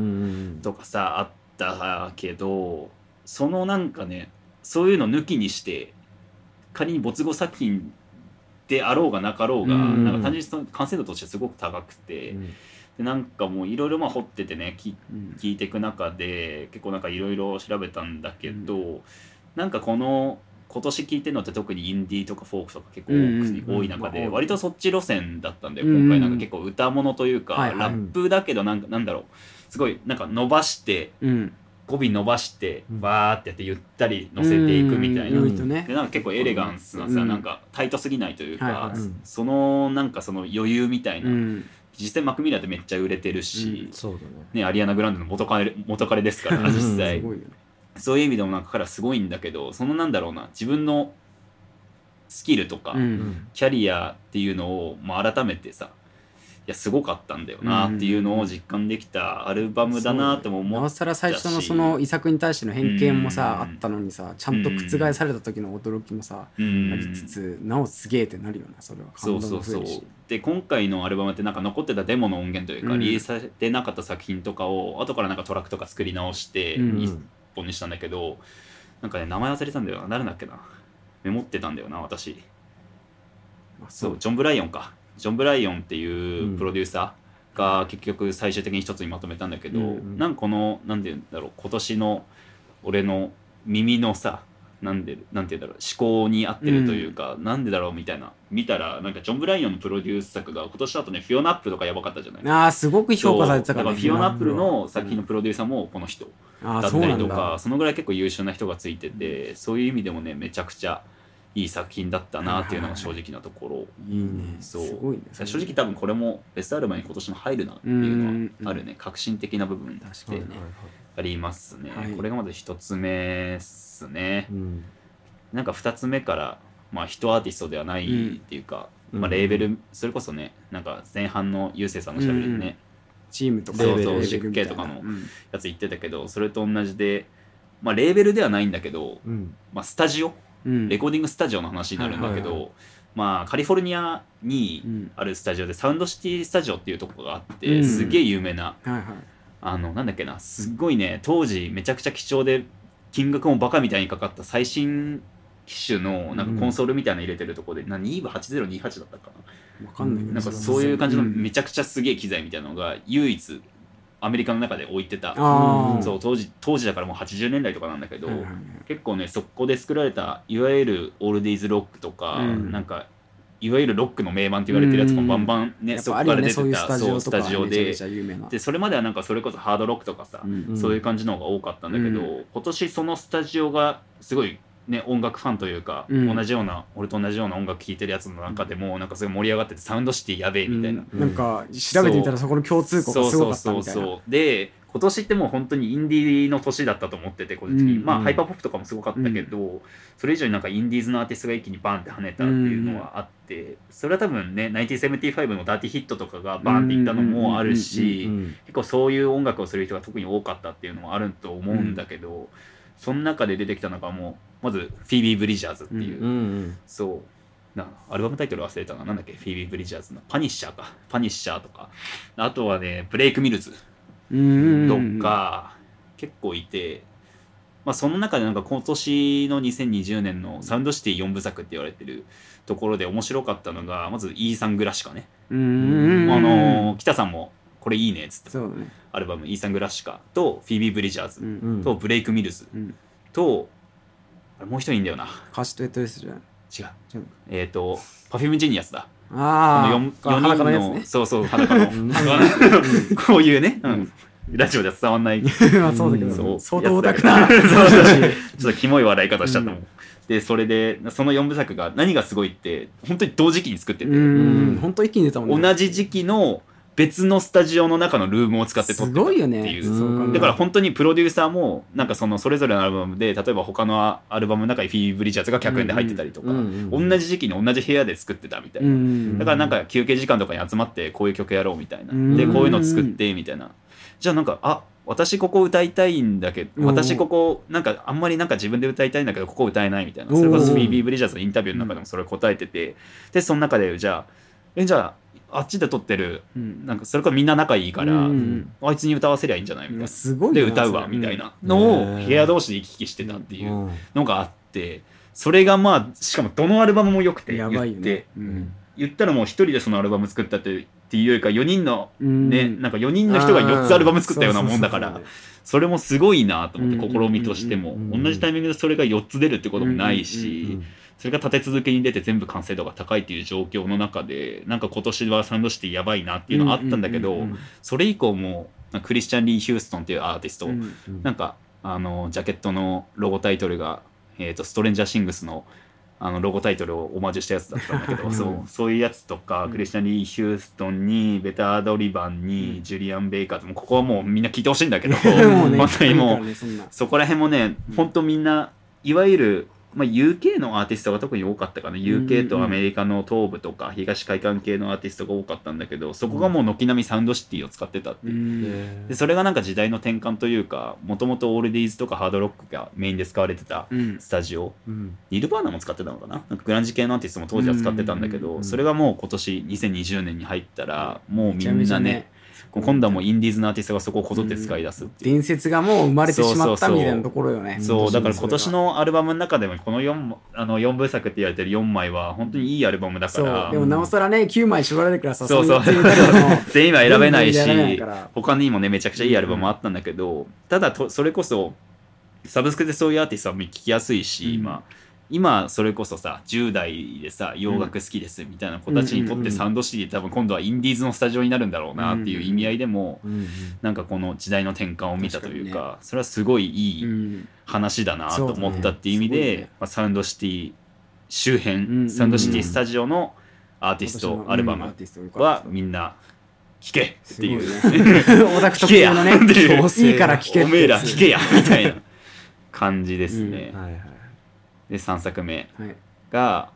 とかさあったけどそのなんかねそういうの抜きにして仮に没後作品であろうがなかろうが、うん、なんか単純にその完成度としてすごく高くて、うん、でなんかもういろいろ掘っててねき、うん、聞いていく中で結構なんかいろいろ調べたんだけど、うん、なんかこの今年聞いてるのって特にインディーとかフォークとか結構多い中で割とそっち路線だったんだよ、うん、今回なんか結構歌物というか、うん、ラップだけどなんかなんだろうすごいなんか伸ばして、うん語尾伸ばしてバーってやってゆったり乗せていくみたいな、うん、でなんか結構エレガンスなさ、うん、なんかタイトすぎないというか、はいはい、そのなんかその余裕みたいな、うん、実際マクミラーってめっちゃ売れてるし、うんそうだねね、アリアナ・グランデの元彼、元彼ですから実際、うんね、そういう意味でもなんか彼はすごいんだけどそのなんだろうな自分のスキルとか、うん、キャリアっていうのを、まあ、改めてさいやすごかったんだよなっていうのを実感できたアルバムだなとも思ったし、なおさら最初のその遺作に対しての偏見もさあったのにさちゃんと覆された時の驚きもさありつつなおすげえってなるよなそれは感動も増えるし。そうそうそうで今回のアルバムってなんか残ってたデモの音源というか、うん、リリースされてなかった作品とかを後からなんかトラックとか作り直して一本にしたんだけど、うん、なんかね名前忘れたんだよな誰だっけなメモってたんだよな私あそう、そうジョン・ブライオンかジョン・ブライオンっていうプロデューサーが結局最終的に一つにまとめたんだけど、うんうん、なんかこのなんて言うんだろう今年の俺の耳のさなんでなんて言うんだろう思考に合ってるというか、うん、なんでだろうみたいな見たらなんかジョン・ブライオンのプロデュース作が今年だとねフィオナ・アップルとかやばかったじゃない。 あーすごく評価されてたから、 ね、フィオナ・アップルの作品のプロデューサーもこの人だったりとか、うん、そのぐらい結構優秀な人がついててそういう意味でもねめちゃくちゃいい作品だったなっていうのが正直なところ。 いいね。 そうすごいね。 正直多分これもベストアルバムに今年も入るなっていうのはあるね。革新的な部分ってありますね。これがまず一つ目っすね。うん、なんか二つ目からまあ一アーティストではないっていうか、うん、まあレーベルそれこそねなんか前半のゆうせいさんのしゃべりでね、うん、 チームとかそうそう出家とかのやつ言ってたけどそれと同じでまあレーベルではないんだけど、うん、まあスタジオうん、レコーディングスタジオの話になるんだけど、はいはいはい、まあカリフォルニアにあるスタジオでサウンドシティスタジオっていうところがあって、うん、すげえ有名な、はいはい、あのなんだっけなすごいね当時めちゃくちゃ貴重で金額もバカみたいにかかった最新機種のなんかコンソールみたいなの入れてるところで、うん、ニーブはちぜろにはちだったかな、 わかんないけどなんかそういう感じのめちゃくちゃすげえ機材みたいなのが唯一アメリカの中で置いてた、そう当時当時だからもうはちじゅうねんだいとかなんだけど、はいはいはい、結構ねそこで作られたいわゆるオールディーズロックとか、うん、なんかいわゆるロックの名盤と言われてるやつもバンバンね、うん、そこから出てた、ね、そうスタジオででそれまではなんかそれこそハードロックとかさ、うん、そういう感じの方が多かったんだけど、うん、今年そのスタジオがすごいね、音楽ファンというか、うん、同じような俺と同じような音楽聴いてるやつの中でもなんかすごい盛り上がっててサウンドシティやべえみたいな、 うん、なんか調べてみたらそこの共通項がすごかったみたいな。そうそうそうそうで今年ってもう本当にインディーの年だったと思ってて個人的に、うん、まあハイパーポップとかもすごかったけど、うん、それ以上になんかインディーズのアーティストが一気にバーンって跳ねたっていうのはあって、うん、それは多分ねナインティーンセブンティーファイブのダーティーヒットとかがバーンっていったのもあるし結構そういう音楽をする人が特に多かったっていうのもあると思うんだけど、うん、その中で出てきたのがもうまずフィービー・ブリジャーズっていう、うんうんうん、そうなアルバムタイトル忘れたななんだっけフィービー・ブリジャーズのパニッシャーかパニッシャーとかあとはねブレイク・ミルズとか結構いて、まあ、その中でなんか今年のにせんにじゅうねんのサウンドシティよんぶ作って言われてるところで面白かったのがまずイーサン・グラシカね、うーんあの北さんもこれいいねっつって、 そうだね、 アルバムイーサン・グラシカとフィービー・ブリジャーズ、うん、とブレイク・ミルズ、うん、とあれもう一人いいんだよなカシとエトレスじゃない違う違うえっ、ー、とパフュームジェニアスだああよんにんの、ね、そうそう裸のこういうね、うん、ラジオでは伝わんないまあそうだけど、うん、相当オタクなそうちょっとキモい笑い方しちゃったもん、うん、でそれでそのよんぶ作が何がすごいって本当に同時期に作っててうん本当一気に出たもんね同じ時期の別のスタジオの中のルームを使って撮ってたっていう。すごいよね。 そうだから本当にプロデューサーもなんかそのそれぞれのアルバムで例えば他のアルバムの中にフィー・ブリジャーズが客演で入ってたりとか、うんうん、同じ時期に同じ部屋で作ってたみたいな、うんうん、だからなんか休憩時間とかに集まってこういう曲やろうみたいな、うん、でこういうの作ってみたいな、じゃあなんかあ私ここ歌いたいんだけど私ここなんかあんまりなんか自分で歌いたいんだけどここ歌えないみたいな、それこそフィービー・ブリジャーズのインタビューの中でもそれ答えてて、でその中でじゃあえじゃああっちで撮ってる、うん、なんかそれからみんな仲いいから、うん、あいつに歌わせりゃいいんじゃないみたいな、すごいで歌うわみたいなのを部屋同士で行き来してたっていうのがあって、それがまあしかもどのアルバムも良くて言って、ねうん、言ったらもう一人でそのアルバム作ったってっていうよりかよにんのね、うん、なんかよにんの人がよっつアルバム作ったようなもんだから、それもすごいなと思って、試みとしても同じタイミングでそれがよっつ出るってこともないし、それが立て続けに出て全部完成度が高いっていう状況の中でなんか今年はサウンドシティやばいなっていうのはあったんだけど、それ以降もクリスチャン・リー・ヒューストンっていうアーティスト、なんかあのジャケットのロゴタイトルが、えーと、ストレンジャー・シングスのあのロゴタイトルをオマージュしたやつだったんだけど、そうそういうやつとか、クリスチャン・リー・ヒューストンにベタードリバンにジュリアン・ベイカーともここはもうみんな聞いてほしいんだけど本当にもうそこら辺もね本当みんないわゆるまあ、ユーケー のアーティストが特に多かったかな、 ユーケー とアメリカの東部とか東海岸系のアーティストが多かったんだけど、そこがもう軒並みサウンドシティを使ってたっていう、でそれがなんか時代の転換というか、もともとオールディーズとかハードロックがメインで使われてたスタジオ、うん、ニルバーナも使ってたのかな、なんかグランジ系のアーティストも当時は使ってたんだけど、それがもう今年にせんにじゅうねんに入ったらもうみんなね今度はもうインディーズのアーティストがそこをこぞって使い出すっていう、 伝説がもう生まれてしまったみたいなところよね。 そうだから今年のアルバムの中でもこの 4, あのよんぶ作って言われてるよんまいは本当にいいアルバムだから、 でもなおさらねきゅうまい縛られるからさ、 そうそう全員は選べないし他にもねめちゃくちゃいいアルバムもあったんだけど、うん、ただとそれこそサブスクでそういうアーティストは聴きやすいし、うん、まあ今それこそさじゅう代でさ洋楽好きですみたいな子たちにとってサウンドシティ多分今度はインディーズのスタジオになるんだろうなっていう意味合いでもなんかこの時代の転換を見たというか、それはすごいいい話だなと思ったっていう意味でサウンドシティ周辺サウンドシティスタジオのアーティストアルバムはみんな聴けっていうオタク特有のねいいから聴けおめえら聴けやみたいな感じですね。でさんさくめが、はい、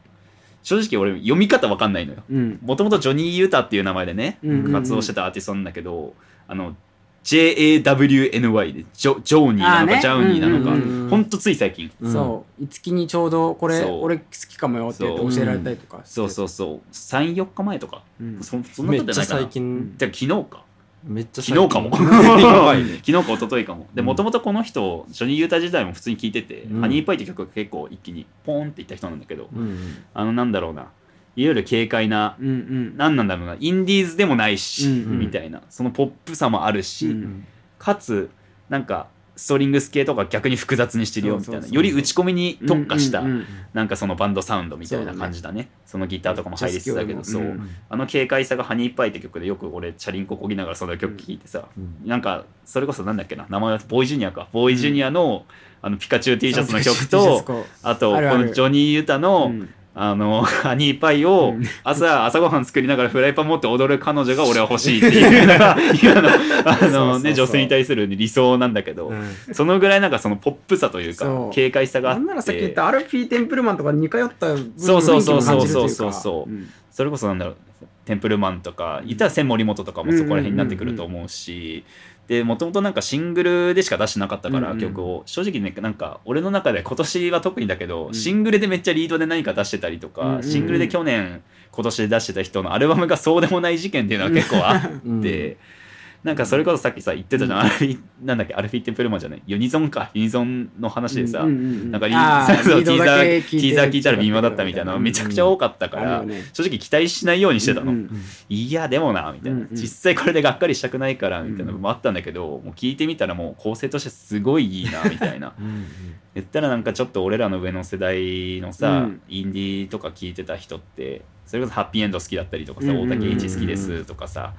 正直俺読み方わかんないのよ。もともとジョニー・ユタっていう名前でね、うんうんうん、活動してたアーティストなんだけど、あの ジェイエーダブリューエヌワイ でジョ、ジョーニーなのか、ね、ジャウニーなのか、うんうんうん、ほんとつい最近、 うん、そういつきにちょうどこれ俺好きかもよって教えられたりとか、 そうそうそうさん、よっかまえとか、うん、そ, そんなことじゃないかな。めっちゃ最近じゃあ昨日かめっちゃ昨日かも昨日か一昨日かもで、もともとこの人ジョニー・ユータ時代も普通に聴いてて、うん、ハニーパイって曲が結構一気にポーンっていった人なんだけど、うんうん、あのなんだろうないわゆる軽快な、うんうん、なんなんだろうなインディーズでもないし、うんうん、みたいなそのポップさもあるし、うん、かつなんかストリングス系とか逆に複雑にしてるよみたいな、より打ち込みに特化した、うんうんうん、なんかそのバンドサウンドみたいな感じだ ね, そ, ねそのギターとかも入りつつだけど、そう、うん、あの軽快さがハニーパイって曲でよく俺チャリンコこぎながらその曲聴いてさ、うん、なんかそれこそなんだっけな名前はボーイジュニアかボーイジュニアの、うん、あのピカチュウ T シャツの曲とあとこのジョニー・ユタの、うんあのハニーパイを朝朝ごはん作りながらフライパン持って踊る彼女が俺は欲しいっていうのが今のあのね女性に対する理想なんだけど、うん、そのぐらいなんかそのポップさというか軽快さがあって、 なんならさっき言ったアルフィー・テンプルマンとか似通った部分そうそうそうそうそうそうそう、うん、それこそなんだろうテンプルマンとか言ったら千森本とかもそこら辺になってくると思うし、うんうんうんうんでもともとなんかシングルでしか出してなかったから、うんうん、曲を正直ねなんか俺の中で今年は特にだけど、うん、シングルでめっちゃリードで何か出してたりとか、うんうんうん、シングルで去年今年で出してた人のアルバムがそうでもない事件っていうのは結構あって、うんうんなんかそれこそさっきさ言ってたじゃん、うん、アルフィなんだっけアルフィーテンプルマンじゃないユニゾンかユニゾンの話でさ、うんうんうん、なんかリーティーザーティーザー聞いたら微妙だったみたいなのめちゃくちゃ多かったから、うんうん、正直期待しないようにしてたの、うんうん、いやでもなみたいな、うんうん、実際これでがっかりしたくないからみたいなのもあったんだけど、もう聞いてみたらもう構成としてすごいいいなみたいなうん、うん、言ったらなんかちょっと俺らの上の世代のさ、うん、インディーとか聞いてた人ってそれこそハッピーエンド好きだったりとかさ、うんうんうんうん、大竹栄一好きですとかさ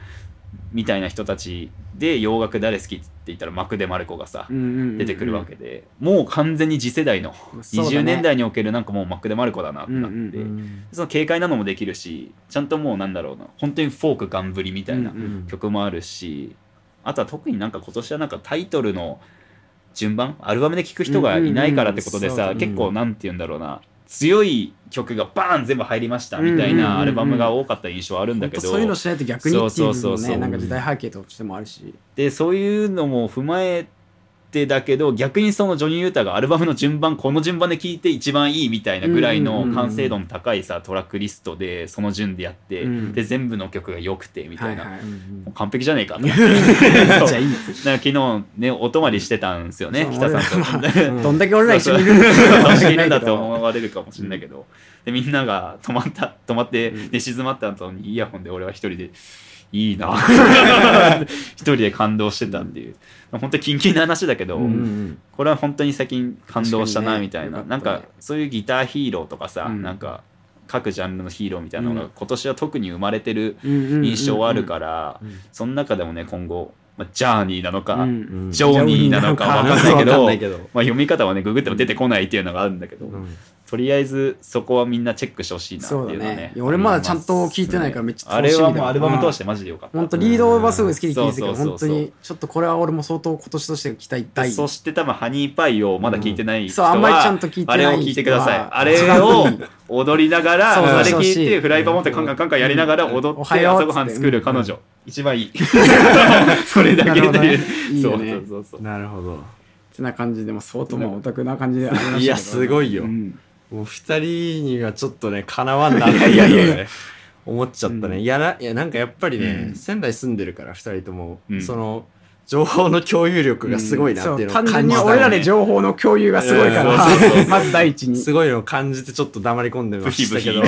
みたいな人たちで洋楽誰好きって言ったらマクデマルコがさ、 うんうんうんうん、 出てくるわけで、もう完全に次世代のにじゅうねんだいにおけるなんかもうマクデマルコだなってなって、うんうんうん、その軽快なのもできるし、ちゃんともうなんだろうな、本当にフォークガンブリみたいな曲もあるし、うんうん、あとは特になんか今年はなんかタイトルの順番アルバムで聴く人がいないからってことでさ、うんうんうん、結構なんて言うんだろうな、強い曲がバーン全部入りましたみたいなアルバムが多かった印象あるんだけど、 そういうのしないと逆にっていうのもね、なんか時代背景としてもあるし、 でそういうのも踏まえてだけど、逆にそのジョニー・ユータがアルバムの順番この順番で聴いて一番いいみたいなぐらいの完成度の高いさトラックリストでその順でやって、うん、で全部の曲が良くてみたいな、はいはい、もう完璧じゃねえかと思ってそういい昨日ねお泊まりしてたんですよね、北さんと、 まあ、どんだけ俺ら一緒にいるどんだけいるんだと思われるかもしれないけど、でみんなが泊まった泊まって寝静まった後にイヤホンで俺は一人でいいな一人で感動してたっていう、本当にキンキンな話だけど、うんうん、これは本当に最近感動したなみたいな、ね、なんかそういうギターヒーローとかさ、うん、なんか各ジャンルのヒーローみたいなのが今年は特に生まれてる印象はあるから、その中でもね今後まあ、ジャーニーなのか、うん、ジョーニーなのか分かんないけど、けどまあ、読み方はねググっても出てこないっていうのがあるんだけど、うん、とりあえずそこはみんなチェックしてほしいなっていうのはね。 ね俺まだちゃんと聞いてないからめっちゃ楽しみだ。 あれはもうアルバム通してマジでよかった。 本当リードはすごい好きで聞いてたけど、本当にちょっとこれは俺も相当今年として期待大。 そして多分ハニーパイをまだ聞いてない人は、うん、そうあんまりちゃんと聞いてない人はあれを聞いてください。あれを踊りながらあれ聞いてフライパン持ってカンカンカンカンやりながら踊って朝ごはん作る彼女、一番いいそれだけで、ね、いいよね。そうそうそう、 なるほど。 ってな感じでも相当まあオタクな感じでありましたけど、 いやすごいよ、うん、もう二人にはちょっとねかなわんなっていやいやいや思っちゃったね、うん、いやないやなんかやっぱりね、うん、仙台住んでるから二人とも、うん、その情報の共有力がすごいなっていうのを感じた、ね、 単純に俺らで情報の共有がすごいから、うん、まず第一にすごいのを感じてちょっと黙り込んでましたけど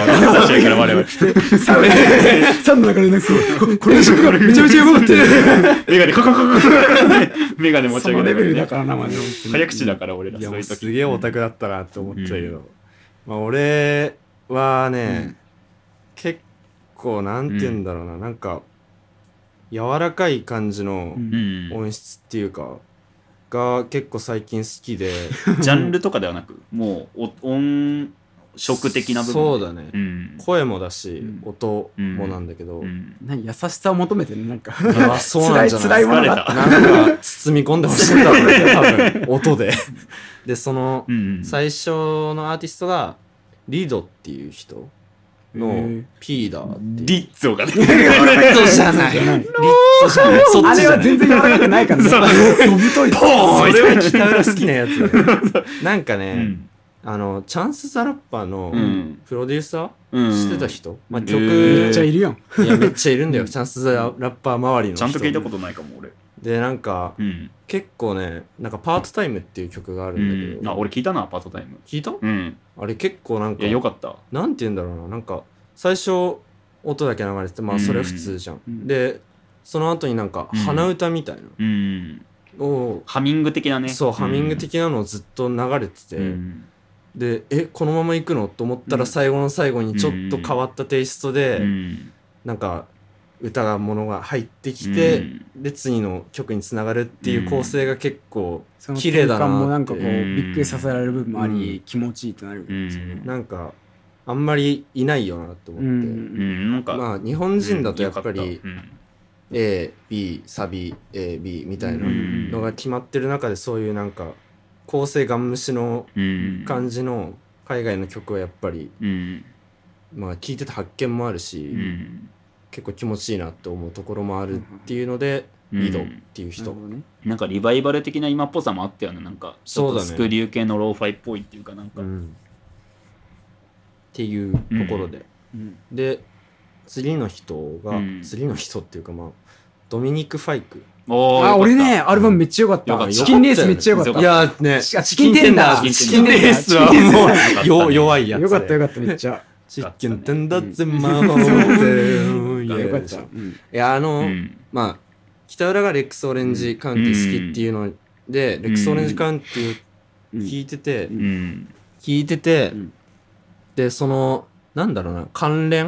サンの中でなんかこれでしょからめちゃめちゃやばかったメガネカカカカメガネ持ち上げて、 そのレベルだからなマジで早口だから俺ら。 いやもうすげえオタクだったなって思ってたけど、うん、まあ俺はね、うん、結構なんて言うんだろうな、うん、なんか柔らかい感じの音質っていうか、うん、が結構最近好きでジャンルとかではなくもう音色的な部分。 そうだね、うん、声もだし、うん、音もなんだけど、うん、 何優しさを求めてるなんかあそうなんじゃない辛いものがなんか包み込んでほしいんだろうね多分音ででその、うん、最初のアーティストがリドっていう人のピーダーってリッツォがねリッツォじゃないリッツォじゃないそっちじゃないあれは全然柔らかくないからね飛ぶといポーンそれは北浦好きなやつだねなんかね、うん、あのチャンス・ザ・ラッパーのプロデューサーしてた人、うんまあ、曲、えー、めっちゃいるやんいやめっちゃいるんだよチャンス・ザ・ラッパー周りの人ちゃんと聞いたことないかも俺でなんか、うん、結構ねなんかパートタイムっていう曲があるんだけど、 うん、あ俺聞いたなパートタイム聞いた、 うん、 あれ結構なんかいやよかったなんて言うんだろうななんか最初音だけ流れててまあそれは普通じゃん、うん、でその後になんか鼻歌みたいな、うん、をハミング的なねそうハミング的なのをずっと流れてて、うん、でえこのまま行くのと思ったら最後の最後にちょっと変わったテイストで、うん、なんか歌がものが入ってきて、うん、で次の曲につながるっていう構成が結構綺麗だなって、 その空間もなんかこうびっくりさせられる部分もあり、うん、気持ちいいってなるんですよね、 うん、なんかあんまりいないよなと思って、うん、なんかまあ日本人だとやっぱり、うん、A、B、サビ、A、B みたいなのが決まってる中でそういうなんか構成ガン無視の感じの海外の曲はやっぱり、うん、まあ聴いてて発見もあるし、うん、結構気持ちいいなって思うところもあるっていうので、うん、リドっていう人、うん、 なんかリバイバル的な今っぽさもあったよねなんかちょっとスクリュー系のローファイっぽいっていうかなんか、うんっていうところで、うん、で次の人が、うん、次の人っていうかまあドミニク・ファイクあ俺ねアルバムめっちゃ良かった、うん、チキンレースめっちゃ良かったいやねチキンテンダーチキンレースはもう弱いやつよかったよかっためっちゃチキンテンダー全魔法でよかった、 いやあの、うん、まあ北浦がレックスオレンジカウンティ好きっていうので、うん、レックスオレンジカウンティを聞いてて、うん、聞いてて、うんでそのなんだろうな関連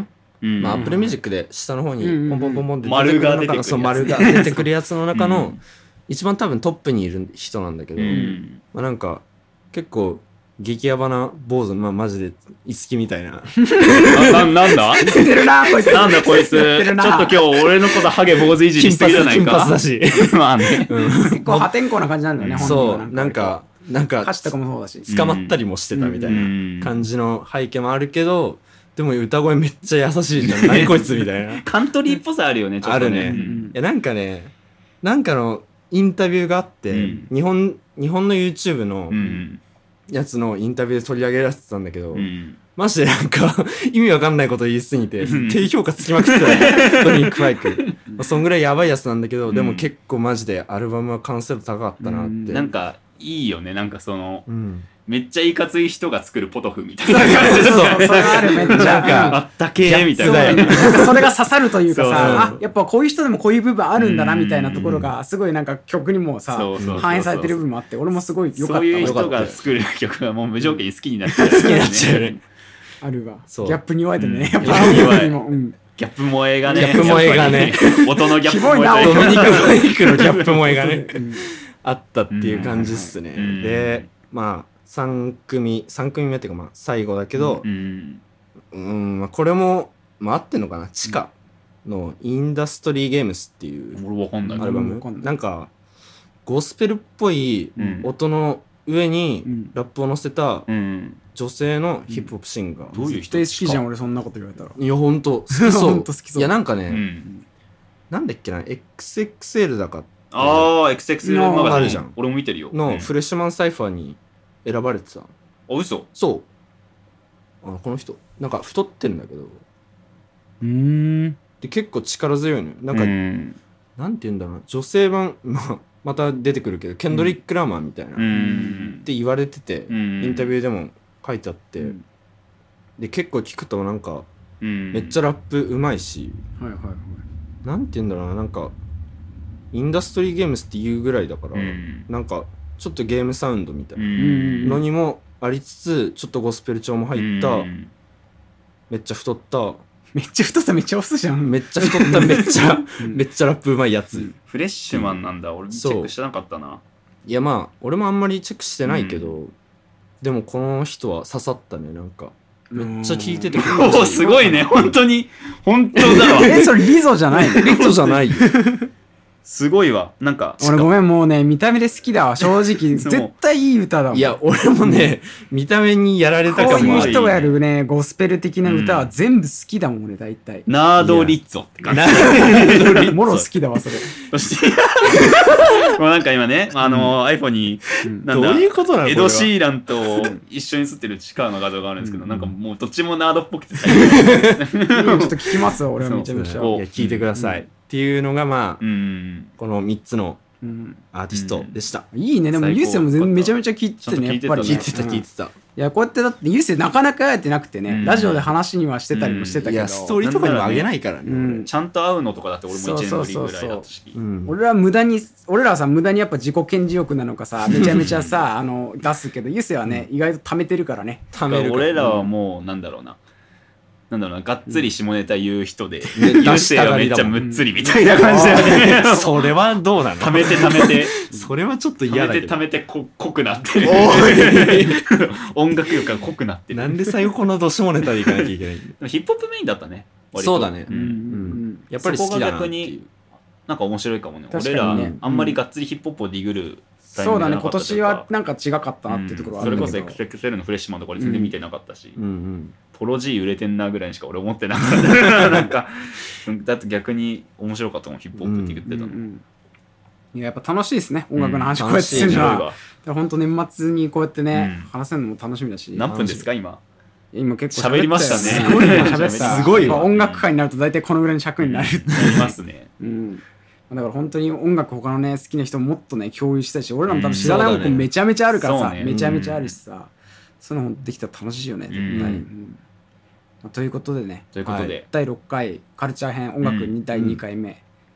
うんまあ、Apple Music で下の方にポンポンポンポンって丸が出てくるやつそう丸が出てくるやつの中のうん一番多分トップにいる人なんだけど、 うんまあ、なんか結構激ヤバな坊主、まあ、マジでいつきみたいなな、な、なんだ出てるなこいつなんだこいつ。ちょ出てるなっと今日俺のことハゲ坊主いじりしすぎじゃないか。 金髪だしまあね。 結構破天荒な感じなんだよね、本人そはうなんかなんか歌詞とかもそうだし捕まったりもしてたみたいな感じの背景もあるけど、でも歌声めっちゃ優しいじゃん何こいつみたいなカントリーっぽさあるよね、ちょっとね。 あるね、 うんいやなんかねなんかのインタビューがあって、 うん日本日本の YouTube のうんやつのインタビューで取り上げられてたんだけど、 うんマジでなんか意味わかんないこと言いすぎてうん低評価つきまくってたねドミニク・ファイク、まあ、そんぐらいやばいやつなんだけど、 うんでも結構マジでアルバムは完成度高かったなって、 なんかいいよね、なんかそのうんめっちゃいかつい人が作るポトフみたいな感じでそうそうそれあるめっちゃなんかあったけーみたいな。 そうだよねなんかそれが刺さるというかそうそうさあやっぱこういう人でもこういう部分あるんだなうんみたいなところがすごいなんか曲にもさそうそうそうそう反映されてる部分もあって俺もすごい良かったそういうわ人が作る曲がもう無条件に好きになっちゃう、 好きになっちゃうねあるわそうギャップに弱いてねうんやっぱギャップに弱いもうんギャップ萌えがね。 ギャップ萌えがねやっぱり音のギャップ萌えとキモいなドミニク・いうかファイクのギャップ萌えがねうんあったっていう感じっすね、 うんでまあさん組さん組目っていうかまあ最後だけどうんうん、まあ、これも、まあ、合ってんのかな地下のインダストリーゲームスっていう俺わかんないアルバムうんわかんないなんかゴスペルっぽいうん音の上にうんラップを乗せたうん女性のヒップホップシンガー、 どういう絶対好きじゃんん。 俺そんなこと言われたらいやほんと好きそほうんと好きそういやなんかね、 うんなんだっけな エックスエックスエル だかああ、エクセクスマガジンあるじゃん俺も見てるよ。うんのフレッシュマンサイファーに選ばれてたあ、嘘そうあこの人なんか太ってるんだけどうんで結構力強いのよなんか、 うんなんて言うんだろうな女性版、まあ、また出てくるけどケンドリック・ラーマーみたいな、 うっんて言われてて、 うんインタビューでも書いてあって、 うんで結構聞くとなんかうんめっちゃラップうまいし、 はいはいはいなんて言うんだろうななんかインダストリーゲームスっていうぐらいだから、 うんなんかちょっとゲームサウンドみたいなうんのにもありつつちょっとゴスペル調も入った、 うんめっちゃ太っためっちゃ太さめっちゃ押すじゃんめっちゃ太っためっちゃうんめっちゃラップうまいやつ、 フレッシュマンなんだ。俺チェックしてなかったな。 いやまあ俺もあんまりチェックしてないけど、でもこの人は刺さったねなんかめっちゃ聞いてておお、すごいね。本当に。本当だわ。 えそれリゾじゃないのリットじゃないよすごいわ。なんか、 俺ごめんもうね見た目で好きだわ正直そう絶対いい歌だもんいや俺もね、見た目にやられたこういうかもある人がやるねゴスペル的な歌は全部好きだもん俺大体ナードリッツォって感じ。 なもろ好きだわそれそして、もうなんか今ね、あの、iPhone に、なんだどういうことなのエド・シーーランと一緒に写ってるチカの画像があるんですけど、 うんなんかもうどっちもナードっぽくて最高。 ちょっと聞きますわ俺はめちゃめちゃそういや聞いてください、っていうのがまあ、 うん。 このみっつのうんアーティストでした、 いいねでも最高ユースも全然めちゃめちゃ聞いててねやっぱりねちゃんと聞い聞いてた聞いてた、 いやこうやってだってユースなかなか会えてなくてね、 うんラジオで話にはしてたりもしてたけど、 いやストーリーとかにもあげないからね、 うんちゃんと会うのとかだって俺もいちねんぶりぐらいだったし。 うん俺ら無駄に俺らはさ無駄にやっぱ自己顕示欲なのかさめちゃめちゃさあの出すけどユースはね意外と貯めてるからね貯めるから俺らはもうなんだろうな、なんだろうな、がっつり下ネタ言う人で、 ね言うせはめっちゃむっつりみたいな感じだよね。 それはどうなの溜めて溜めて、 それはちょっと溜めて溜嫌だけどめてこ濃くなってる。音楽力が濃くなってる。 なんで最後このど下ネタでいかなきゃいけないんだでもヒップホップメインだったね。割とそうだねううんんやっぱり好きだなっていうそこが逆になんか面白いかもね。 確俺かにねらあんまりがっつりヒップホップをディグるタイミンそうだね今グじゃなかったというか年はなんか違かったなっていうところはあそれるんだけど、 こそエクセクセルのフレッシュマンとか俺全然見てなかったし、 うんうんポロ G 売れてんなぐらいにしか俺思ってなかったなんかうんだって逆に面白かったもんヒップホップって言ってたの、 うんうんいややっぱ楽しいですね音楽の話うんこうやってするのは、 面白いわ。 本当年末にこうやってね、 うん話せるのも楽しみだし何分ですか今？ 今結構喋りましたねすごい今喋ったすごいわやっぱ音楽会になると大体このぐらいの尺になる、 ありますね。 うんだから本当に音楽他のね好きな人ももっとね共有したいし俺らも多分知らない音楽めちゃめちゃあるからさ、 そうねめちゃめちゃあるしさ、そういうのもできたら楽しいよね絶対、 うんうんまあということでねということで、 だいろっかいカルチャー編音楽にだいにかいめ、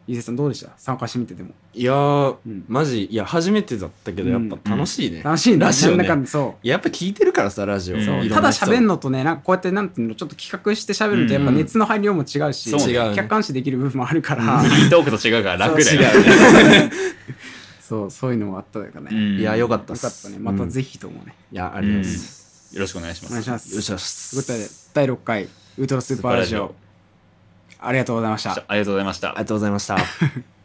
伊勢さんどうでした参加してみてでも。 いやー、 うん、 マジいや初めてだったけどやっぱ楽しいね、 うん、楽しいねラジオね。 なんだかそうやっぱ聞いてるからさラジオ、 そうただ喋るのとねなんかこうやってなんていうのちょっと企画して喋るのとやっぱ熱の入り量も違うし、 うん、そうね、 客観視できる部分もあるから、 フリートークと違うから楽だよね。 そうそういうのもあったからね、 うん、いやよかったっす。 よかったね。またぜひともね、 うん、いやありがとうございます、 うん、よろしくお願いします。 お願いします。 よろしくお願いします。 ということでだいろっかいウルトラスーパーラジオありがとうございました。 ありがとうございました。 ありがとうございました。